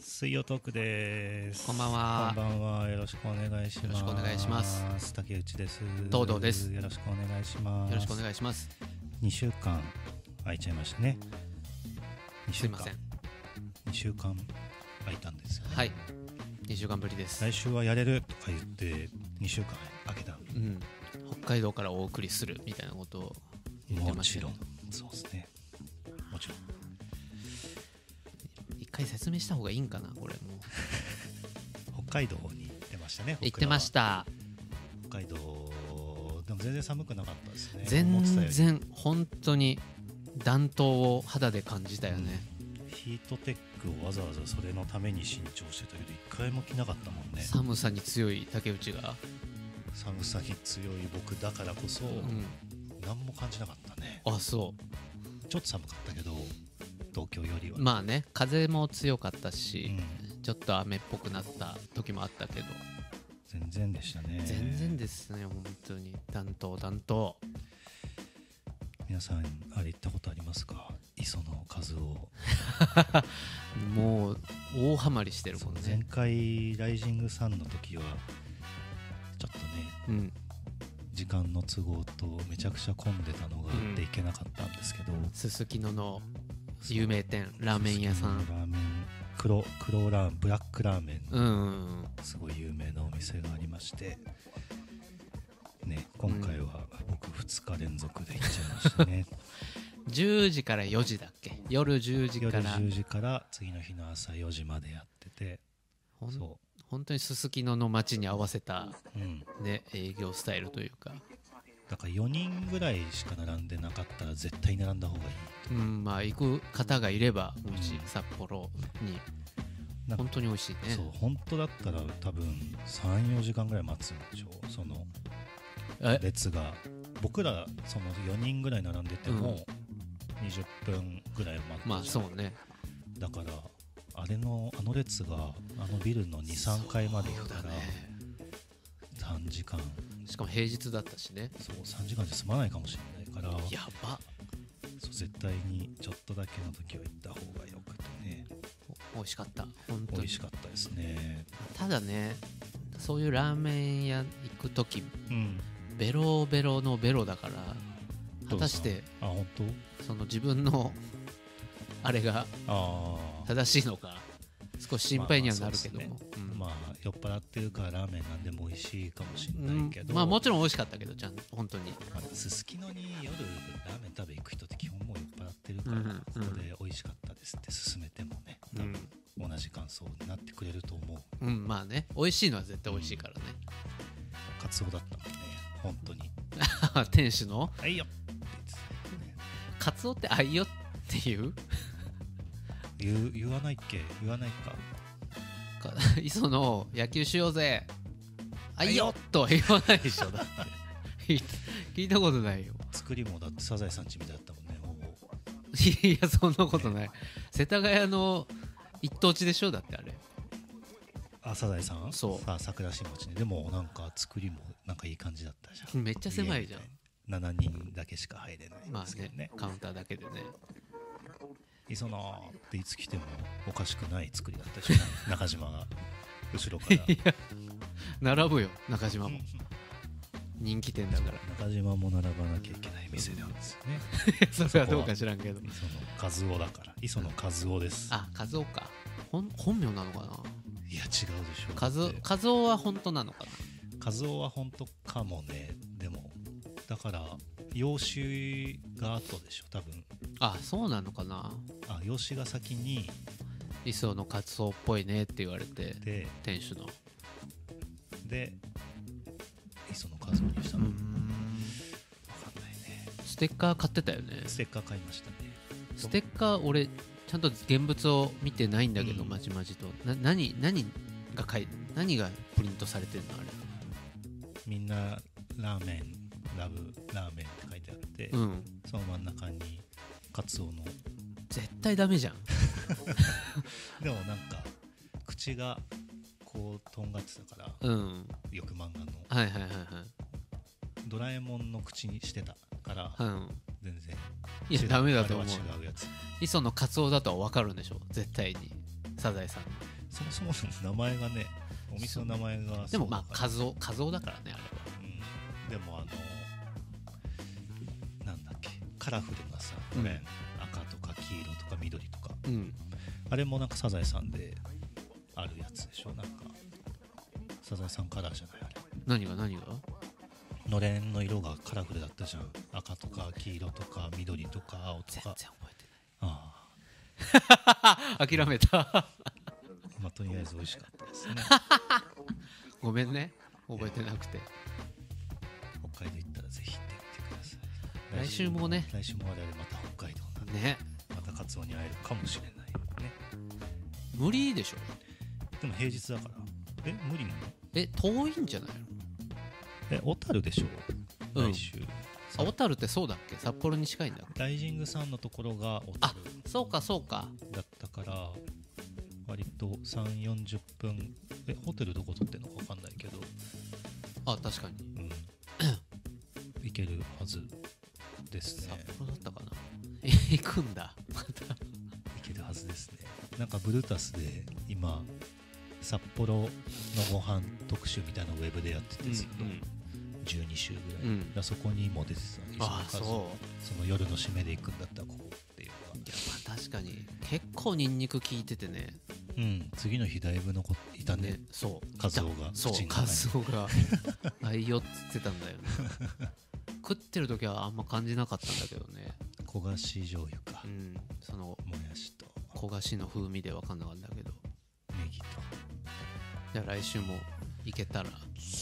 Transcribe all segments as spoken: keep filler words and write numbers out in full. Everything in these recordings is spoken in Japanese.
水曜トークです。 こんばんは。 こんばんは。よろしくお願いします。 よろしくお願いします。 竹内です。 東堂です。 よろしくお願いします。 よろしくお願いします。 にしゅうかん空いちゃいましたね。にしゅうかんすいません。 にしゅうかん空いたんですよね。 はい。にしゅうかんぶりです。 来週はやれるとか言ってにしゅうかん空けた。 うん。北海道からお送りするみたいなことを言ってましたけど。 もちろん。そうですね。もちろん。 一回説明した方がいいんかなこれも。 北海道に行ってましたね。 行ってました。 北海道でも全然寒くなかったですね。 全然本当に暖冬を肌で感じたよね、 うん、ヒートテックをわざわざそれのために新調してたけど一回も着なかったもんね。 寒さに強い竹内が寒さに強い僕だからこそ、うん、何も感じなかったね。 あ、そうちょっと寒かったけど東京よりはまあね、風も強かったし、うん、ちょっと雨っぽくなった時もあったけど全然でしたね。 全然ですね。本当に暖冬暖冬。 皆さんあれ行ったことありますか？磯野和夫もう大ハマりしてるもんね。 前回ライジングサンの時はちょっとね、うん、時間の都合とめちゃくちゃ混んでたのがあって行けなかったんですけどすすきのの有名店ラーメン屋さん、 ラーメン黒黒ラーメンブラックラーメン、 うんうんうん、 すごい有名なお店がありましてね、今回は僕ふつか連続で行っちゃいましたね、 うん、じゅうじからよじだっけ。夜じゅうじから夜じゅうじから次の日の朝よじまでやってて、 ほんそう本当にすすきのの街に合わせた、うんね、営業スタイルというか、 だからよにんぐらいしか並んでなかったら絶対並んだ方がいい。 うん、まあ行く方がいればもし札幌に、うん、本当に美味しいね。 そう本当だったら多分 さんよじかんぐらい待つんでしょ。その列が僕らそのよにんぐらい並んでてもにじゅっぷんぐらい待って、 まあそうね。 だからあれのあの列があのビルの にさんかいまで行ったらさんじかん、 しかも平日だったしね。 そうさんじかんじゃ済まないかもしれないから、 やば。 そう絶対にちょっとだけの時は行った方がよくてね。 美味しかった。本当に美味しかったですね。 ただね、そういうラーメン屋行く時、うん、ベロベロのベロだから、果たしてあ本当その自分のあれが正しいのか少し心配にはなるけども、 まあ、まあ、酔っ払ってるからラーメンなんでも美味しいかもしれないけど、 うん、まあもちろん美味しかったけど、ちゃんと本当にすすきのに夜ラーメン食べ行く人って基本もう酔っ払ってるから、うん、ここで美味しかったですって勧めてもね、多分同じ感想になってくれると思う。 うん、まあね、美味しいのは絶対美味しいからね。 うん、カツオだったもんね、本当に店主のあいよカツオってあいよっていう言う言わないっけ言わないか磯野野球しようぜあいよとは言わないでしょ。だって聞いたことないよ。 作りもだってサザエさんちみたいだったもんね、ほぼ。 いやそんなことない、ね、世田谷の一等地でしょ。だってあれあサザエさんそうあ桜新町ね。でもなんか作りもなんかいい感じだったじゃん。 めっちゃ狭いじゃん。 ななにんだけしか入れないんですけどね、 まあね、カウンターだけでね。 磯野っていつ来てもおかしくない作りだったでしょ中島が後ろからいや並ぶよ中島も人気店だから。 中島も並ばなきゃいけない店なんですよねそれはどうか知らんけど、 磯野和夫だから磯野和夫です。 あ、和夫か。本, 本名なのかな。 いや違うでしょ。 和夫は本当なのかな。 和夫は本当かもね。でもだから養子が後でしょ多分。 あ、そうなのかな。 あ、養子が先に磯野カツオっぽいねって言われて、 で店主ので磯野和夫にしたの。分かんないね。 ステッカー買ってたよね。 ステッカー買いましたね。 ステッカー俺ちゃんと現物を見てないんだけど、うん、まじまじとな何何が書い何がプリントされてるのあれ。 みんなラーメンラブラーメンって書いてあって、うん、その真ん中にカツオの絶対ダメじゃんでもなんか口がこうとんがってたから、うん、よく漫画の、 はいはいはいはい、 ドラえもんの口にしてたから、うん、全然いやダメだと思う。 違うやつ。 磯野カツオだとは分かるんでしょ絶対に。サザエさんそもそもの名前がね、お店の名前がでもまあ和夫和夫だからねあれは、 うん、でもあのなんだっけカラフルなさ、うん、赤とか黄色とか緑とか、うん、あれもなんかサザエさんであるやつでしょ。なんかサザエさんカラーじゃないあれ。 何が何がのれんの色がカラフルだったじゃん。赤とか黄色とか緑とか青とか。 全然覚えてない。ああ諦めたまあとりあえず美味しかったですねごめんね覚えてなくて。 北海道行ったらぜひ行ってみてください。来週もね来週も我々また北海道なんで、 ね、 またカツオに会えるかもしれないね。 無理でしょ。 でも平日だから。え無理なの？ え遠いんじゃないの？ え小樽でしょ、うん、来週。 あ小樽ってそうだっけ？札幌に近いんだっけ？ ライジングさんのところが小樽。 あそうかそうかだったから割とさんじゅうよんじゅっぷん。えホテルどこ取ってんのか分かんないけど、 あ確かに、うん、 行けるはずですね。 札幌だったかな行くんだまた行けるはずですね。なんかブルータスで今札幌のご飯特集みたいなのをウェブでやっててずっと、うんうん、じゅうにしゅうぐらい、うん、だそこにも出てた。 あそうその夜の締めで行くんだったらここっていうのが。いやまあ確かに結構ニンニク効いててね。 うん、次の日だいぶ残っていたね。 そうカズオがそうカズオがあいよって言ってたんだよね食ってる時はあんま感じなかったんだけどね。 焦がし醤油か、 うん、そのもやしと焦がしの風味で分かんなかったけどネギと。 じゃあ来週も行けたら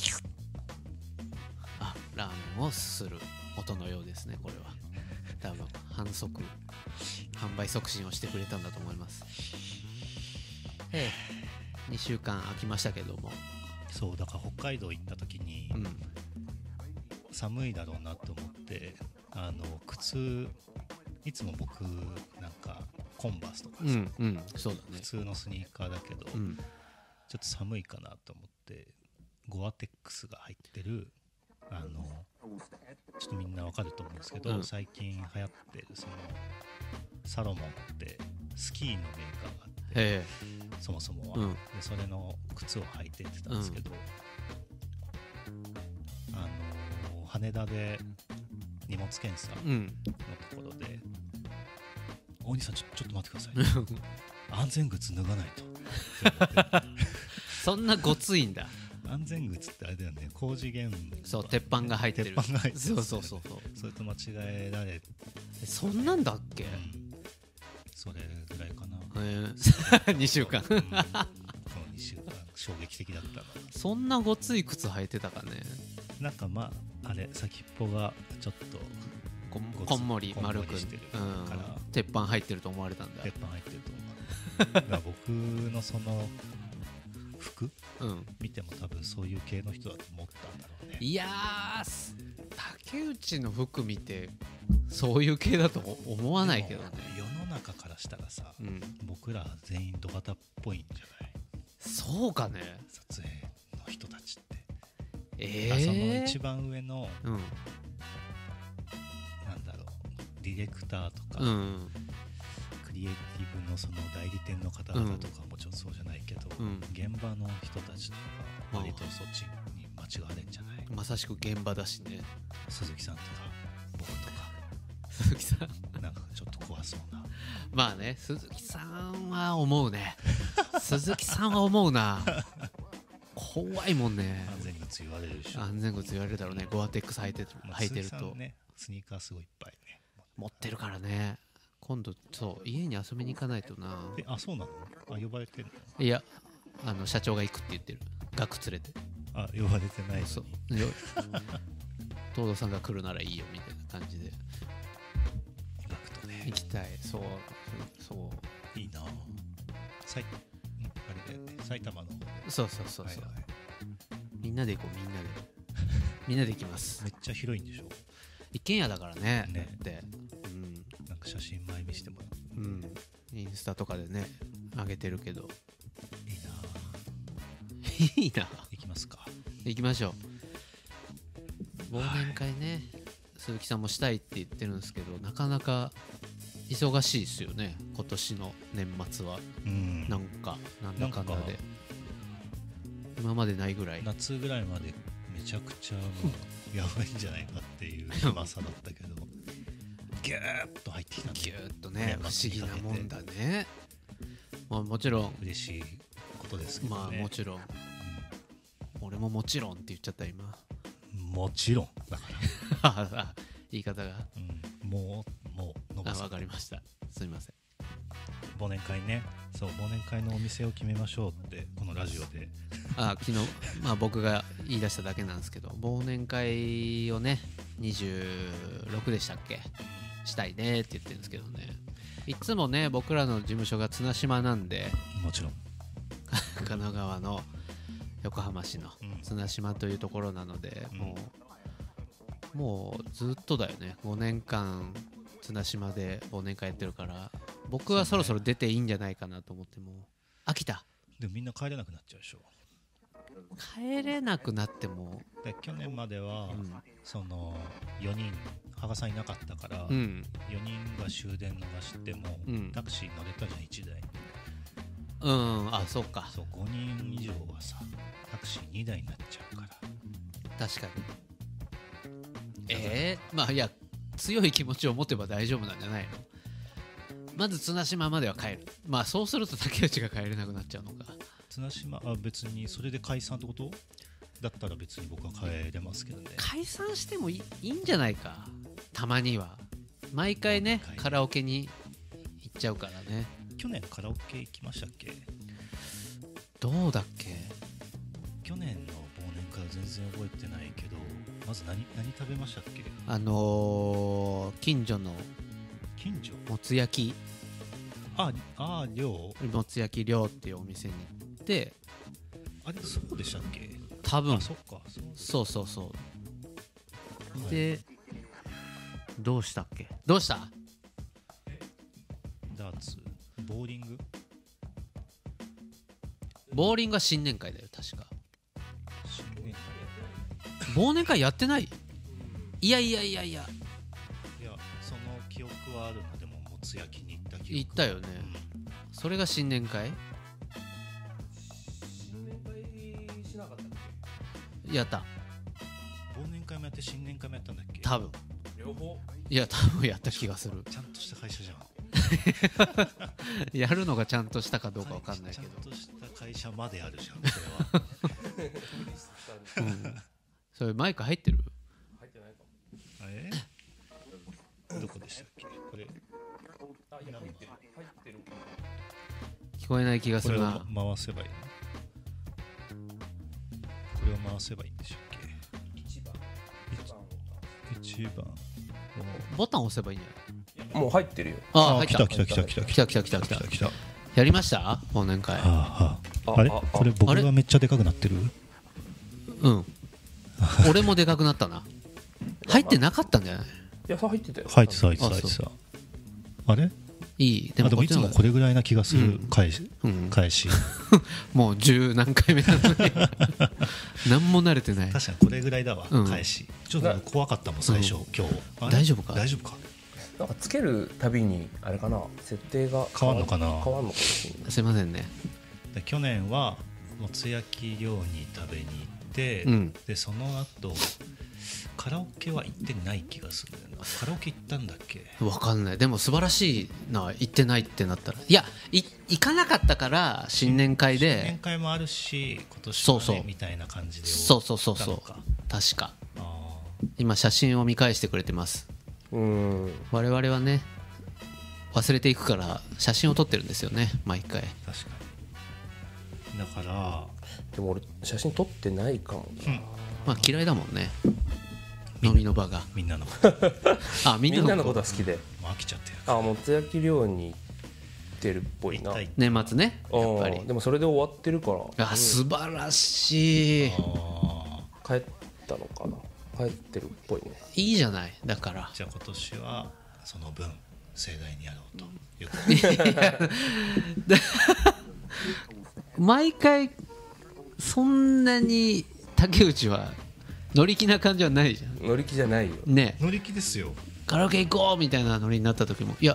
あラーメンをすする音のようですね。これは多分反則販売促進をしてくれたんだと思います。ええ、にしゅうかん空きましたけども。 そうだから北海道行った時に、うん、寒いだろうなと思ってあの靴いつも僕なんかコンバースとかさ、 うんうん、そうだね、 普通のスニーカーだけど、うん、ちょっと寒いかなと思ってゴアテックスが入ってるあのちょっとみんなわかると思うんですけど、うん、最近流行ってるそのサロモンってスキーのメーカーがあってそもそもは、うん、でそれの靴を履いてってたんですけど、うん、あの羽田で荷物検査のところで、うん、大西さんちょ、ちょっと待ってください安全靴脱がないとそんなごついんだ。 安全靴ってあれだよね、工事現場、ね、 そう鉄板が入ってる鉄板が入ってる、 そうそうそうそうそれと間違えられそんなんだっけ、うん、 それぐらいかな、 えー、にしゅうかん、うん、このにしゅうかん衝撃的だったな。 そんなごつい靴履いてたかね。 なんかまああれ先っぽがちょっとこ, こんもり丸くしてるから、うん、鉄板入ってると思われたんだ。 鉄板入ってると思うだから僕のその服、うん、見ても多分そういう系の人だと思ったんだろうね。 いやー竹内の服見てそういう系だと思わないけどね。 世の中からしたらさ、うん、僕ら全員ド型っぽいんじゃない？ そうかね。 撮影の人たちって、 えー、 その一番上の、うん、なんだろうディレクターとか、うん、クリエイティブのその代理店の方々とかもちろんそうじゃないけど、うん、現場の人たちとか割とそっちに間違われんじゃない？ まさしく現場だしね。 鈴木さんとか僕とか鈴木さんなんかちょっと怖そうな。 まあね鈴木さんは思うね鈴木さんは思うな怖いもんね。 安全靴言われるでしょ。 安全靴言われるだろうね。ゴアテックス履いてる、まあ、履いてると、 ね、スニーカーすごいいっぱいね持ってるからね。今度そう家に遊びに行かないとな。 えあそうなの？あ呼ばれてるの？いやあの社長が行くって言ってる。学連れて。 あ呼ばれてないのに。そう東堂さんが来るならいいよみたいな感じで学とね行きたい。そうそういいな。さいあれだよね埼玉の。 そうそうそうそう、はいはい、みんなで行こうみんなでみんなで行きます。 めっちゃ広いんでしょ。 一軒家だからね。 ねで、うん、 なんか写真前見してもらう。 うん、インスタとかでね上げてるけどいいな。いいな。 行きますか。 行きましょう。忘年会ね、はい、鈴木さんもしたいって言ってるんですけどなかなか忙しいですよね今年の年末は。 うんなんかなんだかんだで今までないぐらい。 夏ぐらいまでめちゃくちゃもうやばいんじゃないかっていう暇さだったけどギューッと入ってきたんでギューッとね不年末思議にかけてなもんだね。まあもちろん嬉しいことですけどね。 まあもちろん俺ももちろんって言っちゃった今。 もちろんだかあ言い方がら、うん、もうもう伸ばすあ分かりました。すみません。 忘年会ね。そう忘年会のお店を決めましょうってこのラジオであ昨日、まあ、僕が言い出しただけなんですけど忘年会をねにじゅうろくでしたっけしたいねって言ってるんですけどねいつもね僕らの事務所が綱島なんでもちろん神奈川の横浜市のうん綱島というところなので、 うんもうもうずっとだよねごねんかん綱島で忘年会やってるから僕はそろそろ出ていいんじゃないかなと思ってもう飽きた。 でもみんな帰れなくなっちゃうでしょ。 帰れなくなってもで去年までは、 うんそのよにん羽賀さんいなかったから、 うんよにんが終電逃しても、 うんタクシー乗れたじゃんいちだい。 うんあそうかそうごにん以上はさタクシーにだいになっちゃうから確かにえー、まあいや強い気持ちを持てば大丈夫なんじゃないの。まず綱島までは帰る。まあそうすると竹内が帰れなくなっちゃうのか。 綱島あ別にそれで解散ってことだったら別に僕は帰れますけどね。 解散してもいい、いいんじゃないかたまには。毎回ね毎回カラオケに行っちゃうからね。 去年カラオケ行きましたっけ。 どうだっけ。 去年の忘年会は全然覚えてないけどまず 何, 何食べましたっけ。 あのー、近所の近所もつ焼きああ量もつ焼き寮っていうお店に行ってあれそうでしたっけ。 多分あそっかそうそうそうはいでどうしたっけ。どうしたダーツボーリングボーリングは新年会だよ確か。 新年忘年会やってない。いやいやいやいやいやその記憶はあるのでももつ焼きに行った記憶行ったよね。それが新年会新年会しなかったっやった忘年会もやって新年会もやったんだっけ。 多分。 け。両方。 いや多分やった気がする。 ちゃんとした会社じゃん。 やるのがちゃんとしたかどうかわかんないけど、 ちゃんとした会社まであるじゃんそれは。 うん、それマイク入ってる。 入ってないかも。 えどこでしたっけこれ。 あ、いや入ってる。入ってる。 聞こえない気がすこれをるな。 回せばいいの。これを回せばいいんでしたっけ。 一番。一番を。 一番ボタン押せばいいんじゃない。 もう入ってるよ。 あ入った来た来た来た来た来た来た来た来た来た。 やりました忘年会。 はあはあ、あれああこれ僕あれがめっちゃでかくなってる。 うん俺もでかくなったな。入ってなかったんじゃない。 いや、さ入ってたよ。 入ってた入ってたあ入ってた。あれいいであでもいつもこれぐらいな気がするうん返し、 うん返しもう十何回目なのに何も慣れてない。 確かにこれぐらいだわ、 うん返しちょっと怖かったもん最初、 うん今日あれ大丈夫か大丈夫かなんかつけるたびにあれかな、設定が変わんのかな変わんのかもしれない。 すいませんね。 で去年はもつ焼き寮に食べに行って、 うんでその後カラオケは行ってない気がするな。カラオケ行ったんだっけ。 わかんない。でも素晴らしいな。行ってないってなったら、いやい行かなかったから新年会新年で。 会もあるし今年は、ね、 そうそうみたいな感じでそうそうそうそう終わったのか。 確かあ今写真を見返してくれてます。 うーん。 我々はね忘れていくから写真を撮ってるんですよね毎回。 ー確かにだからでも俺写真撮ってないかもな。 うんまあ嫌いだもんね飲みの場が。 みんなのことあみんなのみんなのことは好きで。 もう飽きちゃってるあ、もつ焼き寮に行ってるっぽいな。 行った行っ年末ねやっぱりうん。でもそれで終わってるから。 あ素晴らしい。 あー帰ったのかな。帰ってるっぽいね。 いいじゃない。だからじゃあ今年はその分盛大にやろうということで毎回そんなに竹内は乗り気な感じはないじゃん乗り気じゃないよ。 ね。 乗り気ですよ。 カラオケ行こうみたいなノリになった時もいや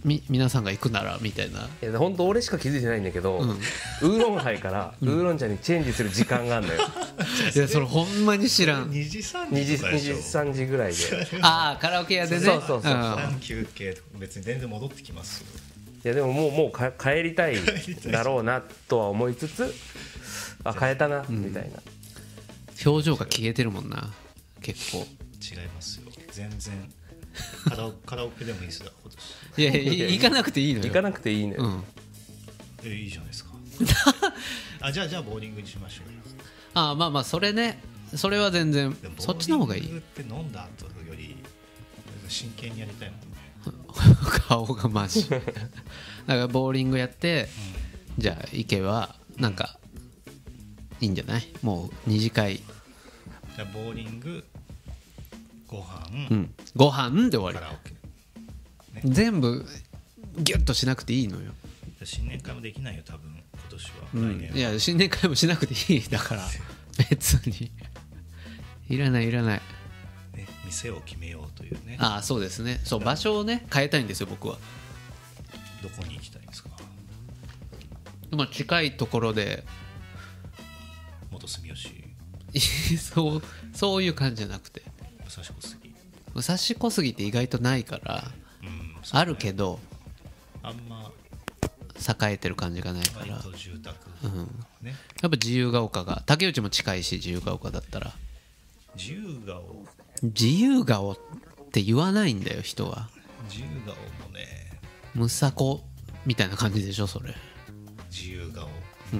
み皆さんが行くならみたいな。 いや本当俺しか気づいてないんだけど、 うん、 ウーロンハイからウーロン茶にチェンジする時間があるのよ。 いやそれほんまに知らん。 にじさん 2 じ時2 とかでしょ。 時さんじぐらいで。 ああカラオケ屋でね。 そうそうそううん休憩とか別に全然戻ってきますよ。 いやでももうもうか帰りたいだろうなとは思いつつ、あ変えたなみたいな。 表情が消えてるもんな結構。 違いますよ全然。カラオカラオケでもいいですよ今年。 いやいや行かなくていいのよ。 行かなくていいのよ。 うん、 えいいじゃないですか。あじゃあじゃあボーリングにしましょうよ。 ああまあまあそれね、それは全然でもそっちの方がいい。 ボーリングって飲んだ後より真剣にやりたいもんね。 顔がマジだからボーリングやって、うん、じゃあ行けばなんかいいんじゃない。もう二次会。 じゃあボーリングご飯、 うん、ご飯で終わり。 カラオケ、ね、 全部ギュッとしなくていいのよ。 新年会もできないよ多分今年は、 うん、 来年は。 いや新年会もしなくていいだから別にいらないいらない、 ね、店を決めようというね。 ああそうですね。そう場所をね変えたいんですよ僕は。 どこに行きたいんですか。 まあ近いところで元住吉。 そうそういう感じじゃなくて武蔵小杉。 武蔵小杉って意外とないから、 うんね、 あるけどあんま栄えてる感じがないから、 割と住宅、 うんね、 やっぱ自由が丘が竹内も近いし、自由が丘だったら。 自由顔自由顔って言わないんだよ人は。 自由顔もねむさこみたいな感じでしょそれ。 自由顔、 うん、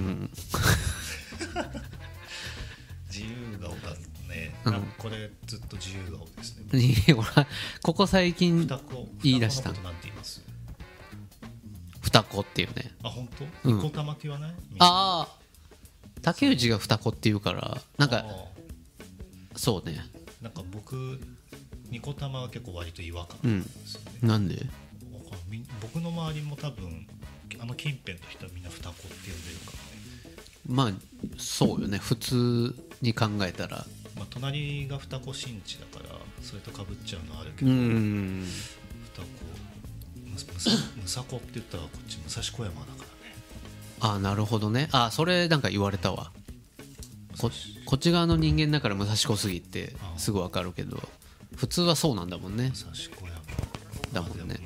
自由顔だね、 うん、 なんかこれずっと自由顔ですね。 ほらここ最近双子言い出した双子のことなんて言います。 双子っていうね。 あ本当？ うんニコ玉って言わない？ ああ竹内が双子って言うからなんかそうね。 なんか僕ニコ玉は結構割と違和感なんですよね、 うん、なんで？ 僕の周りも多分あの近辺の人はみんな双子って呼んでるからね。 まあそうよね普通に考えたら、 まあ、隣が双子新地だからそれとかぶっちゃうのはあるけど、 うん双子むむさこって言ったらこっち武蔵小山だからね。 ああなるほどね。ああそれなんか言われたわ。 こ, こっち側の人間だから武蔵小杉ってすぐ分かるけど普通はそうなんだもんね。 武蔵小山だもんね。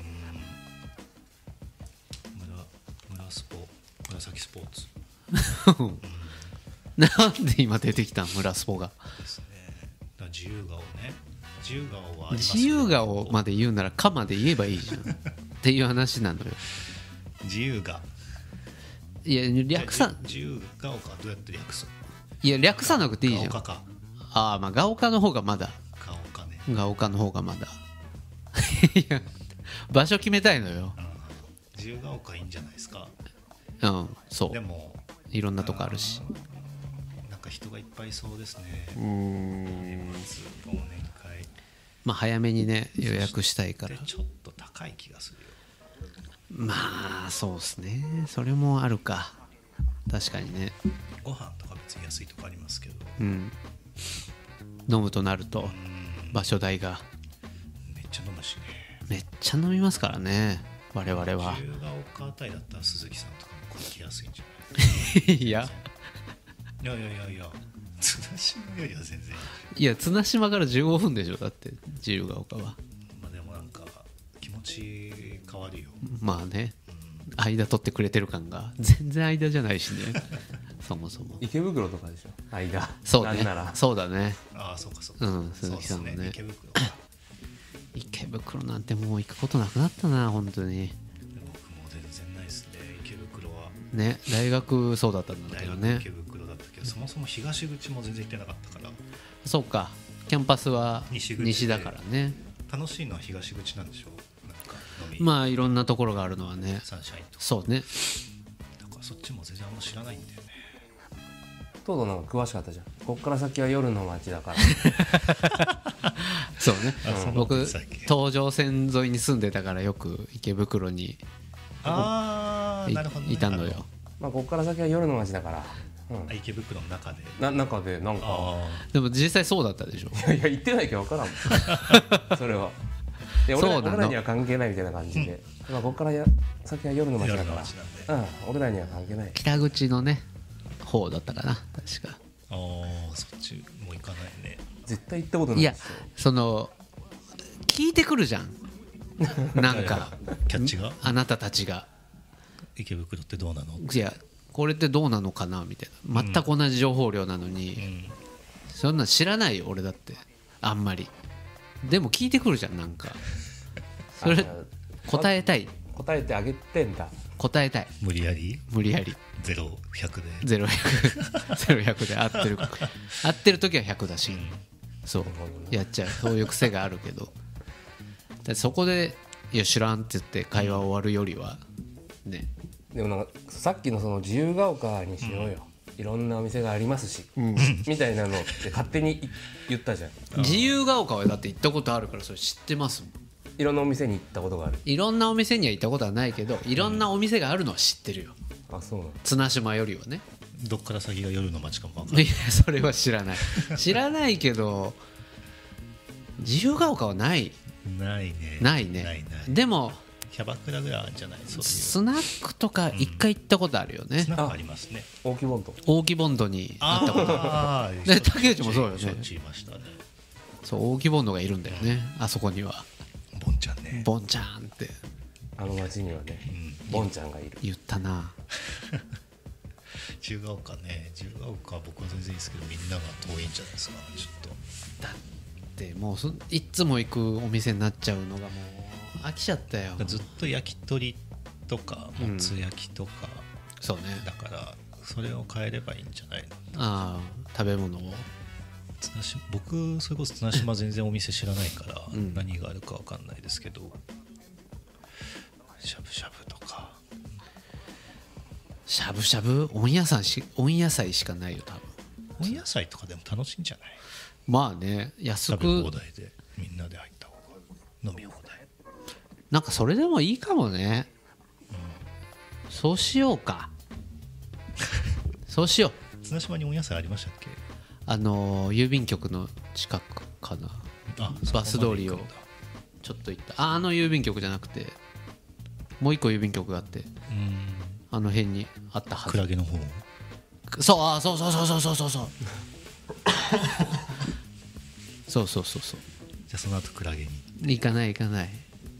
村村スポ紫スポーツうん、なんで今出てきたの村スポがですね。だから自由顔ね。自由顔はあります自由顔まで言うなら「か」まで言えばいいじゃんっていう話なのよ。 自由がいや略さ自由顔かどうやって略す。 いや略さなくていいじゃん。 顔かああまあガオカの方がまだ顔かね。 ガオカの方がまだいや場所決めたいのよ、 うん、自由顔かいいんじゃないですか。 うんそうでもいろんなとこあるしなんか人がいっぱいいそうですね。 うーん年末忘年会まあ早めにね予約したいから。 ちょっと高い気がするよ。 まあそうですねそれもあるか確かにね。 ご飯とか別に安いとこありますけど、 うん飲むとなるとうん場所代がめっちゃ飲むしね。 めっちゃ飲みますからね我々は。 自由が丘あたりだったら鈴木さんとかも来やすいんじゃないいやいやいやいやいや綱島よりは全然いいや綱島からじゅうごふんでしょだって自由が丘は。 まあでもなんか気持ち変わるよ。 まあね、 うん、 間取ってくれてる感が全然間じゃないしねそもそも池袋とかでしょ間。 そうねなんならそうだね。 ああそうかそうか、 うん鈴木さんもねそうっす池袋か池袋なんてもう行くことなくなったな本当に僕も全然ないですね池袋は。 ね大学そうだったんだ大けどね。 学池袋だったけどそもそも東口も全然行ってなかったから。 そうかキャンパスは西口で西だからね。 楽しいのは東口なんでしょ。なんか飲みまあいろんなところがあるのはね。 サンシャインとかそうねだからそっちも全然あんま知らないんだよね。 東堂なんか詳しかったじゃん。こっから先は夜の街だからそうねあそう僕なんだっけ東上線沿いに住んでたからよく池袋にいああなるほど、ね、 いたのよ。 まあこっから先は夜の街だから、うんあ池袋の中でな中でなんかあでも実際そうだったでしょ。 いやいや言ってないけど分からんもんそれはいや俺らそうなの俺らには関係ないみたいな感じで、まあここからや先は夜の街だ夜のから街なんで、 うん、俺らには関係ない。 北口のね方だったかな確か。 ああそっちもう行かないね。 絶対行ったことないいやですよ。 その聞いてくるじゃんなんかキャッチがあなたたちが池袋ってどうなの。 いやこれってどうなのかなみたいな、全く同じ情報量なのに、 うん、 そんなん知らないよ俺だってあんまり。でも聞いてくるじゃんなんかそれあ答えたい答えてあげてんだ。 答えたい無理やり無理やりゼロひゃくで。 ゼロひゃくゼロひゃくで合ってる合ってる時はひゃくだし、そうやっちゃうそういう癖があるけど、だってそこでいや知らんって言って会話終わるよりはね。 でもなんかさっきのその自由が丘にしようよ、いろんなお店がありますし、みたいなのって勝手に言ったじゃん。 自由が丘はだって行ったことあるからそれ知ってますもん。 いろんなお店に行ったことがある。 いろんなお店には行ったことはないけどいろんなお店があるのは知ってるよ、 あ、そうなの。 綱島よりはね。 どっから先が夜の街かも分かんないいやそれは知らない知らないけど自由が丘はないないねないねないない。 でもキャバクラぐらいあるんじゃない。そういうスナックとか一回行ったことあるよね、 スナックありますね。 大木ボンド。 大木ボンドに行ったことあるああで竹内もそうよねしょっちゅういましたね。 そう大木ボンドがいるんだよね、あそこにはボンちゃんね。 ボンちゃんってあの街にはね、 うん、 ボンちゃんがいる。 言ったな。 自由が丘ね。自由が丘は僕は全然いいですけどみんなが遠いんじゃないですか。ちょっとだってもうそいっつも行くお店になっちゃうのがもう飽きちゃったよ。 ずっと焼き鳥とかもつ焼きとか、 そうね。 だからそれを変えればいいんじゃないの。 ああ食べ物を綱島僕それこそ綱島全然お店知らないからうん何があるか分かんないですけど、しゃぶしゃぶとかしゃぶしゃぶ温野菜し温野菜しかないよ多分。 温野菜とかでも楽しいんじゃない。 まあね安食べく放題でみんなで入った方が飲み放題。 なんかそれでもいいかもね、そうしようかそうしよう。 綱島に温野菜ありましたっけ。 あのー郵便局の近くかな。 あバス通りをそこまで行くんだ。 ちょっと行ったああの郵便局じゃなくてもう一個郵便局があってうんあの辺にあったはず。 クラゲの方。 そうあそうそうそうそうそうそうそうそうそうそうそうじゃあその後クラゲに行かない行かない。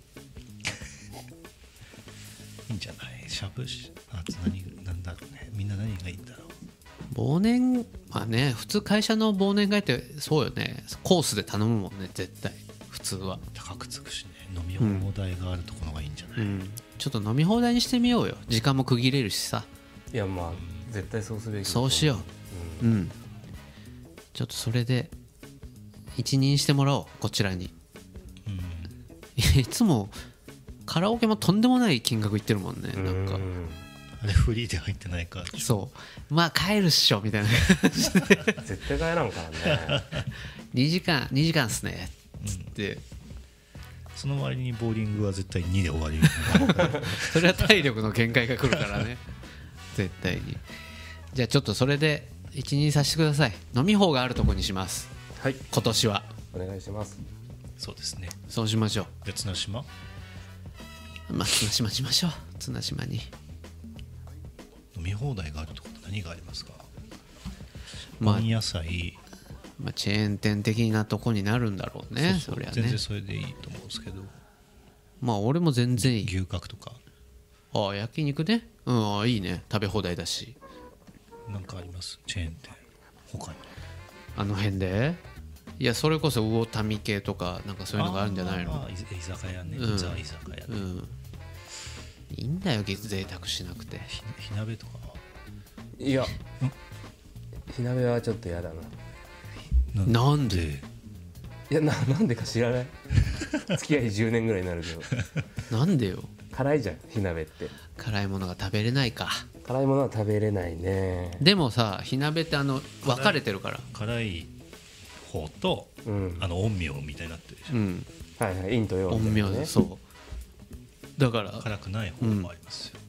いいんじゃない。しゃぶしあと何なんだろうね。みんな何がいいんだろう。 忘年まあね普通会社の忘年会ってそうよねコースで頼むもんね絶対普通は。 高くつくしね。飲み放題があるところがいいんじゃない。 うんちょっと飲み放題にしてみようよ。時間も区切れるしさ。 いやまあ絶対そうすべきだと思そうしよう。うんちょっとそれで一任してもらおうこちらに。 うんいやいつもカラオケもとんでもない金額いってるもんねうんなんか。 うんあれフリーで入ってないから。 そうまあ帰るっしょみたいな絶対帰らんからねにじかんにじかんっすねっつって、 その割にボーリングは絶対にで終わるよそれは体力の限界が来るからね絶対に。じゃあちょっとそれで一任させてください。飲み放があるとこにしますはい今年は。 お願いします。 そうですね。 そうしましょで綱島う。まあ綱島しましょう綱島に。 飲み放題があるところ何がありますか。 まあ温野菜、 まあ、チェーン店的なとこになるんだろうね。 そうそうそりゃね全然それでいいと思うんですけど、 まあ俺も全然いい。 牛角とかああ焼肉ねうんああいいね食べ放題だし。 なんかあります。チェーン店他に。 あの辺でいやそれこそ魚民系とかなんかそういうのがあるんじゃないの。 あーあー居酒屋ね、 うんザ居酒屋ね、 うんいいんだよ贅沢しなくて。 ひ火鍋とかいや火鍋はちょっと嫌だな。 なんでいやななんでか知らない付き合いじゅうねんぐらいになるけどなんでよ。 辛いじゃん火鍋って。 辛いものが食べれないか。 辛いものは食べれないね。 でもさ火鍋ってあの分かれてるから。 辛い方とうんあの陰陽みたいになってるでしょ、 うんはいはい陰と陽陰陽でそうだから辛くない方もありますよ、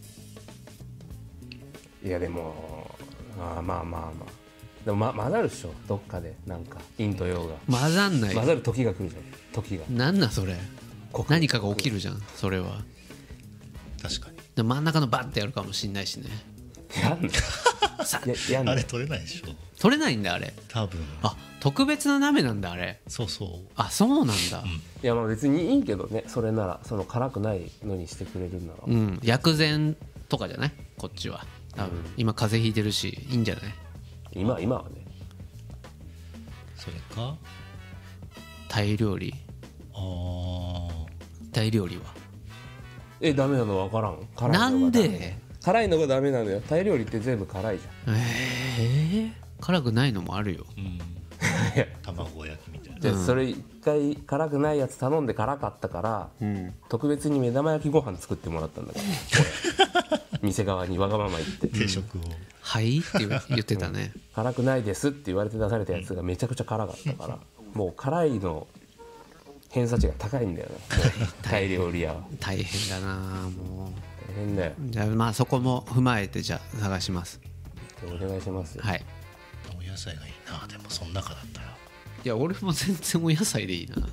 いやでもあーまあまあまあでも、ま、混ざるっしょどっかでなんか陰と陽が混ざんない。 混ざる時が来るじゃん時がなんなんそれ何かが起きるじゃんそれは。 確かにで真ん中のバッてやるかもしんないしね。 やんのややんのあれ取れないでしょ取れないんだあれ。 多分。 あ特別な鍋なんだあれ。 そうそう。 あそうなんだ。 いやまあ別にいいけどね、それならその辛くないのにしてくれるなら、 うん薬膳とかじゃないこっちは多分、今風邪ひいてるしいいんじゃない。 今今はね。 それかタイ料理。 あータイ料理はえダメなの分からん。辛いのがなんダメで。 辛いのがダメなのよ。タイ料理って全部辛いじゃん。 えー、辛くないのもあるよ。 うん卵焼きみたいな。 じゃあそれ一回辛くないやつ頼んで辛かったから、特別に目玉焼きご飯作ってもらったんだから店側にわがまま言って定食を、 はいって言う言ってたね。 辛くないですって言われて出されたやつがめちゃくちゃ辛かったから、もう辛いの偏差値が高いんだよねタイ料理屋は。 大変だなも大変だよ。 う。じゃあまあそこも踏まえてじゃあ探します。 お願いしますよ。 はい。 お野菜がいいな。でもその中だったらいや俺も全然お野菜でいいな。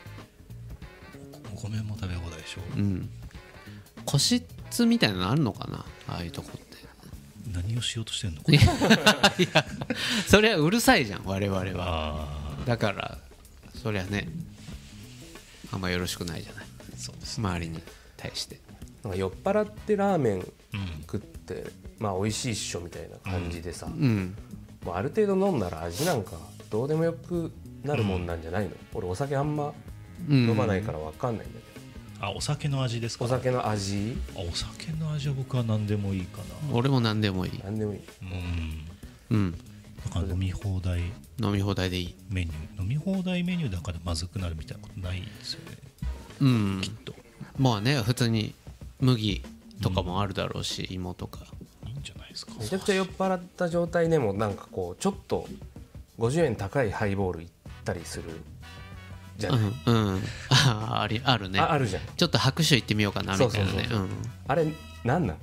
お米も食べ放題でしょ。 うん個室みたいなのあるのかなああいうとこって。 何をしようとしてんのいやいやそれはうるさいじゃん我々は。 あだからそりゃねあんまよろしくないじゃないあそうですね。 周りに対して。 なんか酔っ払ってラーメンうん食ってまあ美味しいっしょみたいな感じでさ、 うんもうある程度飲んだら味なんかどうでもよくなるもんなんじゃないの、俺お酒あんま飲まないから分かんないんだけど、 あお酒の味ですか。 お酒の味あお酒の味は僕は何でもいいかな。 俺も何でもいい。 なんでもいい。 うんうんだから飲み放題飲み放題でいい。 メニュー飲み放題メニューだからまずくなるみたいなことないですよねうんきっと。 まあね普通に麦とかもあるだろうし、芋とか。 いいんじゃないですか。 めちゃくちゃ酔っ払った状態でもなんかこうちょっとごじゅうえん高いハイボール行ったりするじゃうない、 んうんあありあるね。 ああるじゃん。 ちょっと拍手行ってみようかなみたいなね。 そうそうそううんあれなんなん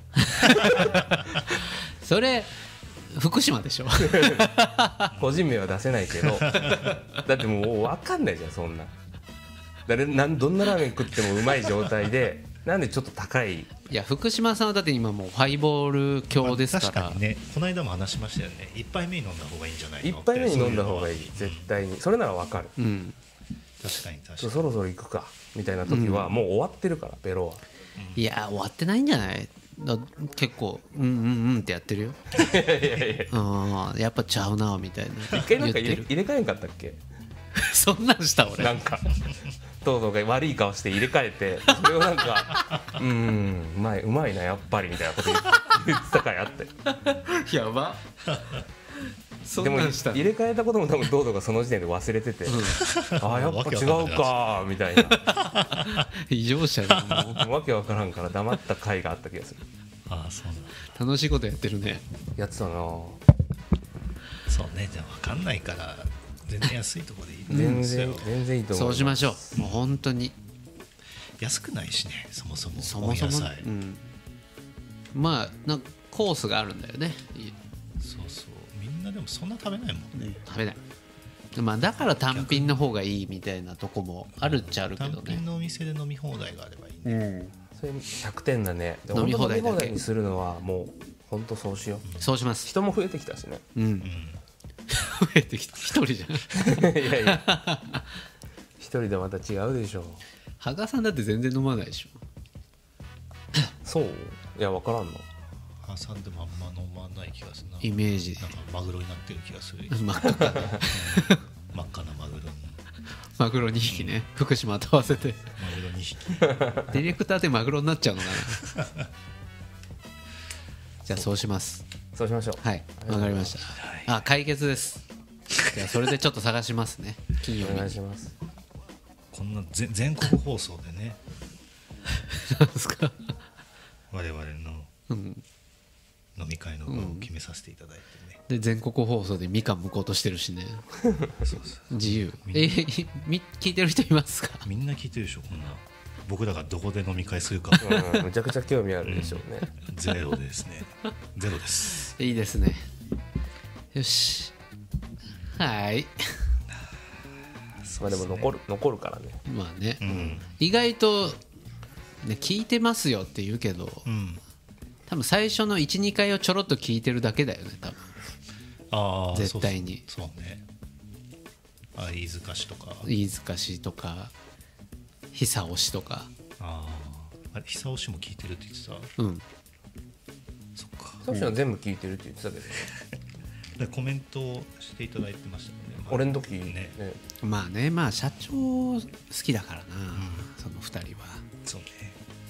それ福島でしょ個人名は出せないけどだってもう分かんないじゃんそんな。誰なんどんなラーメン食ってもうまい状態でなんでちょっと高い。 いや福島さんはだって今もうハイボール強ですから、 まあ確かにねこの間も話しましたよね。一杯目に飲んだ方がいいんじゃないの。 一杯目に飲んだ方がいいって絶対に。それなら分かる。 うん確かに確かに。 そろそろ行くかみたいな時はもう終わってるからベロは。 いや終わってないんじゃない。だ結構うんうんうんってやってるよいやいやいやうんやっぱちゃうなみたいな一回なんか入れ言ってる入れ替えんかったっけそんなんした俺なんかトドが悪い顔して入れ替えてそれをなんかうーんうまいうまいなやっぱりみたいなこと言ってた回あってやばそでもんなんした入れ替えたことも多分トドがその時点で忘れてて、ああやっぱ違うかみたいな異常者だもわけわからんから黙った回があった気がする。 ああそうなんだ。 う楽しいことやってるね。 やってたな。 そうねじゃあ分かんないから全然安いところでいいん全ですよ然。全然いいと思う。 そうしましょう。もう本当に安くないしねそもそもそもそもお野菜、 うん、まあなんかコースがあるんだよね。 そうそうみんなでもそんな食べないもんね。 食べない。まあだから単品の方がいいみたいなとこもあるっちゃあるけど単ね。 品のお店で飲み放題があればいいね。 それひゃくてんだね。で飲み放題だけ本当飲み放題にするのはもう本当そうしよう。 そうします。 人も増えてきたしね。 うん。 うん増えてきた。一人じゃん。 いやいや一人でまた違うでしょ。 羽賀さんだって全然飲まないでしょ。 そういや分からんの。 挟んでもあんま飲まない気がするな。 イメージでなんかマグロになってる気がする。 真っ赤かな真っ赤なマグロにマグロにひきね。福島と合わせてマグロにひき。 ディレクターでマグロになっちゃうのかな。じゃあそうします。 そうしましょう。 はいわかりました。あ解決です。じゃあそれでちょっと探しますね金曜お日願いします。 こんな全全国放送でねなんですか。 我々のうん飲み会の場を決めさせていただいてね、 で全国放送でみかん向こうとしてるしね。 そうそう自由。 みんなえーみ聞いてる人いますか。 みんな聞いてるでしょこんな僕らがどこで飲み会するかうんむちゃくちゃ興味あるでしょうね。 ゼロですねゼロです。 いいですね。よしはいそまあでも残る残るからね。 まあね、 うん意外と、ね、聞いてますよって言うけど、 うん多分最初のいちにかいをちょろっと聞いてるだけだよね多分。 ああ絶対にそうそうそうね。あ飯塚市とか飯塚市とか久押しとか。 あああれ久押しも聞いてるって言ってた。 うんそっか。 サクシは全部聞いてるって言ってたけどね。 でコメントをしていただいてましたよね。 俺の時ねね。 まあね、まあ社長好きだからな、そのふたりは。 そうね。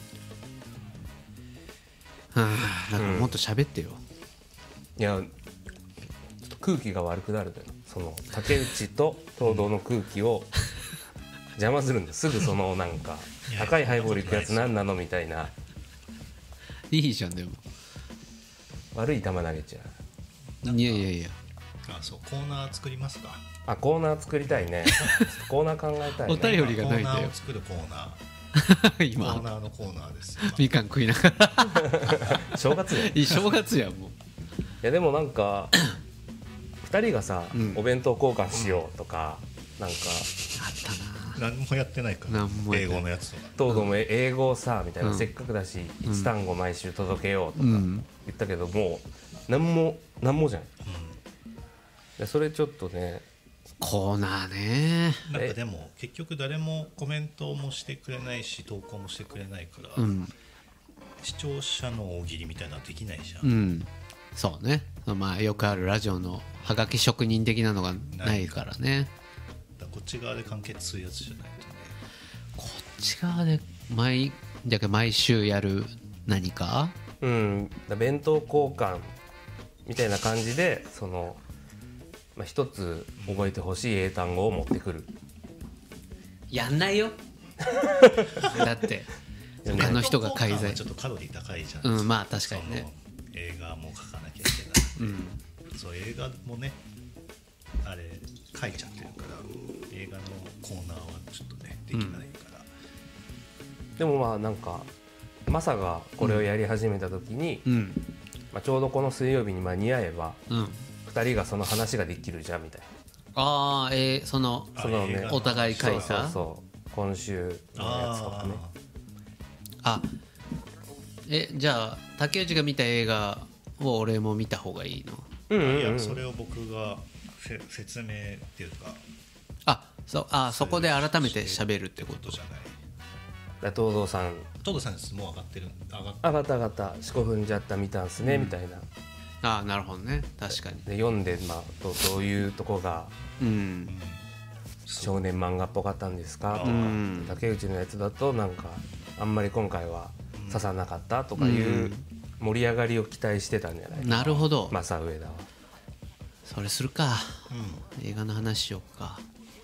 はあ、なんかもっと喋ってよ、 いやちょっと空気が悪くなるのよ。その竹内と東堂の空気を邪魔するんですぐそのなんかいや高いハイボール行くやつ何なのみたいな。 いいじゃんでも。 悪い球投げちゃう。 いやいやいや、 あそうコーナー作りますか。 あコーナー作りたいね。コーナー考えたいね。 お便りがないんだよコーナーを作るコーナーコー今ナーのコーナーですよ。 みかん食いながら正月よ。 いい正月やもう。 いやでもなんかふたりがさ、 うんお弁当交換しようとか、なんかあったな。 何もやってないから何もやっ英てない語のやつとか。 東堂も英語をさみたいな、 うんせっかくだしいち単語毎週届けようとかうん言ったけど、もう何も何もじゃん。でそれちょっとね、 コーナーね。 なんかでも結局誰もコメントもしてくれないし投稿もしてくれないから、 うん視聴者の大喜利みたいなのはできないじゃん、 うんそうね。まあよくあるラジオのハガキ職人的なのがないからね。 だからこっち側で完結するやつじゃないとね。 こっち側で毎だけ毎週やる何か。 うんだ弁当交換みたいな感じで、その、まあ、一つ覚えてほしい英単語を持ってくる。 やんないよだって他の人が介在。 ちょっとカロリー高いじゃん、 うんまあ確かにね。 その映画も書かなきゃいけない、 うんそう映画もねあれ書いちゃってるから映画のコーナーはちょっとねできないから、 でもまあなんかマサがこれをやり始めた時に、 うんまあ、ちょうどこの水曜日に間に合えばうんふたりがその話ができるじゃんみたいああえー、そのな。そのね映画お互い書いそうそうたそう今週のやつとかね。 あえじゃあ竹内が見た映画を俺も見た方がいいの？ うんうんうんいやそれを僕がせ説明っていうかあそうあそこで改めて喋るってことじゃない。 だ東堂さん東堂さんですもう上がってる上がっあがったあがった四股踏んじゃった見たんすね、みたいなあなるほどね確かにで読んで、まあ、どどういうとこがうん少年漫画っぽかったんですかとか、 うん竹内のやつだとなんかあんまり今回は刺さなかったとかいう盛り上がりを期待してたんじゃないかな、 なるほど正上田は。 それするかうん映画の話しようか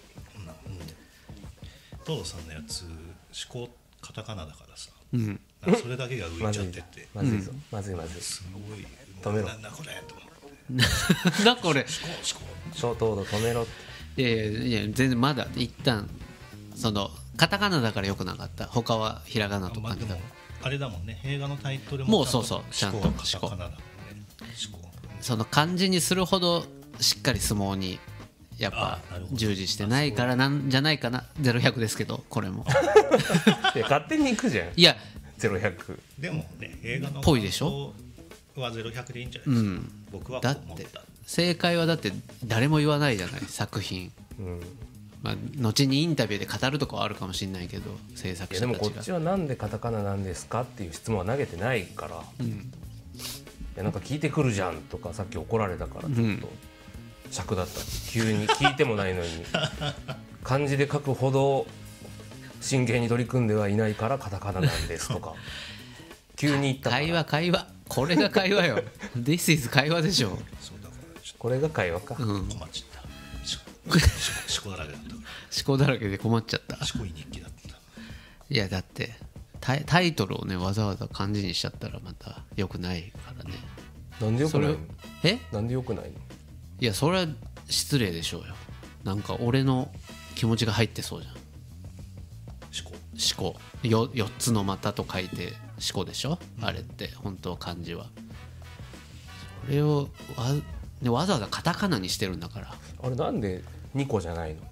東堂さんのやつ思考カタカナだからさうんなんかそれだけが浮まずいいちゃっててまずいぞ、まずいまずい。 すごい止めろなんだこれと思ってだこれ思考思考小東堂止めろって。 いやいやいや全然まだ一旦そのカタカナだからよくなかった他はひらがなとまあでもかだあれだもんね映画のタイトルももうそうそうちゃんとちゃんと思考がカタカナだもんね思考その漢字にするほどしっかり相撲にやっぱあなるほど従事してないからなんじゃないかなゼロひゃくですけどこれもいや勝手に行くじゃんいやゼロひゃく。 でもね映画のぽいでしょ感想はゼロひゃくでいいんじゃないですか、 うん僕はこだっう思ってた正解はだって誰も言わないじゃない作品うん、 まあ後にインタビューで語るとかはあるかもしれないけど制作いやで者たちがもこっちはなんでカタカナなんですかっていう質問は投げてないから、いやなんか聞いてくるじゃんとかさっき怒られたからちょっと尺だった、急に聞いてもないのに漢字で書くほど真剣に取り組んではいないからカタカナなんですとか急に言ったから会話会話これが会話よThis is 会話でしょそうだからちょっこれが会話か、 うんと困っちゃった思考思考だらけだったか思考だらけで困っちゃったら思考日記だったいやだってタイタイトルをねわざわざ漢字にしちゃったらまた良くないからねなんでよくないのそれえなんでよくないのいやそれは失礼でしょうよなんか俺の気持ちが入ってそうじゃん思考思考よよっつの股と書いて思考でしょ、あれって本当は漢字はそれをわ、ね、わざわざカタカナにしてるんだからあれなんでにこじゃないの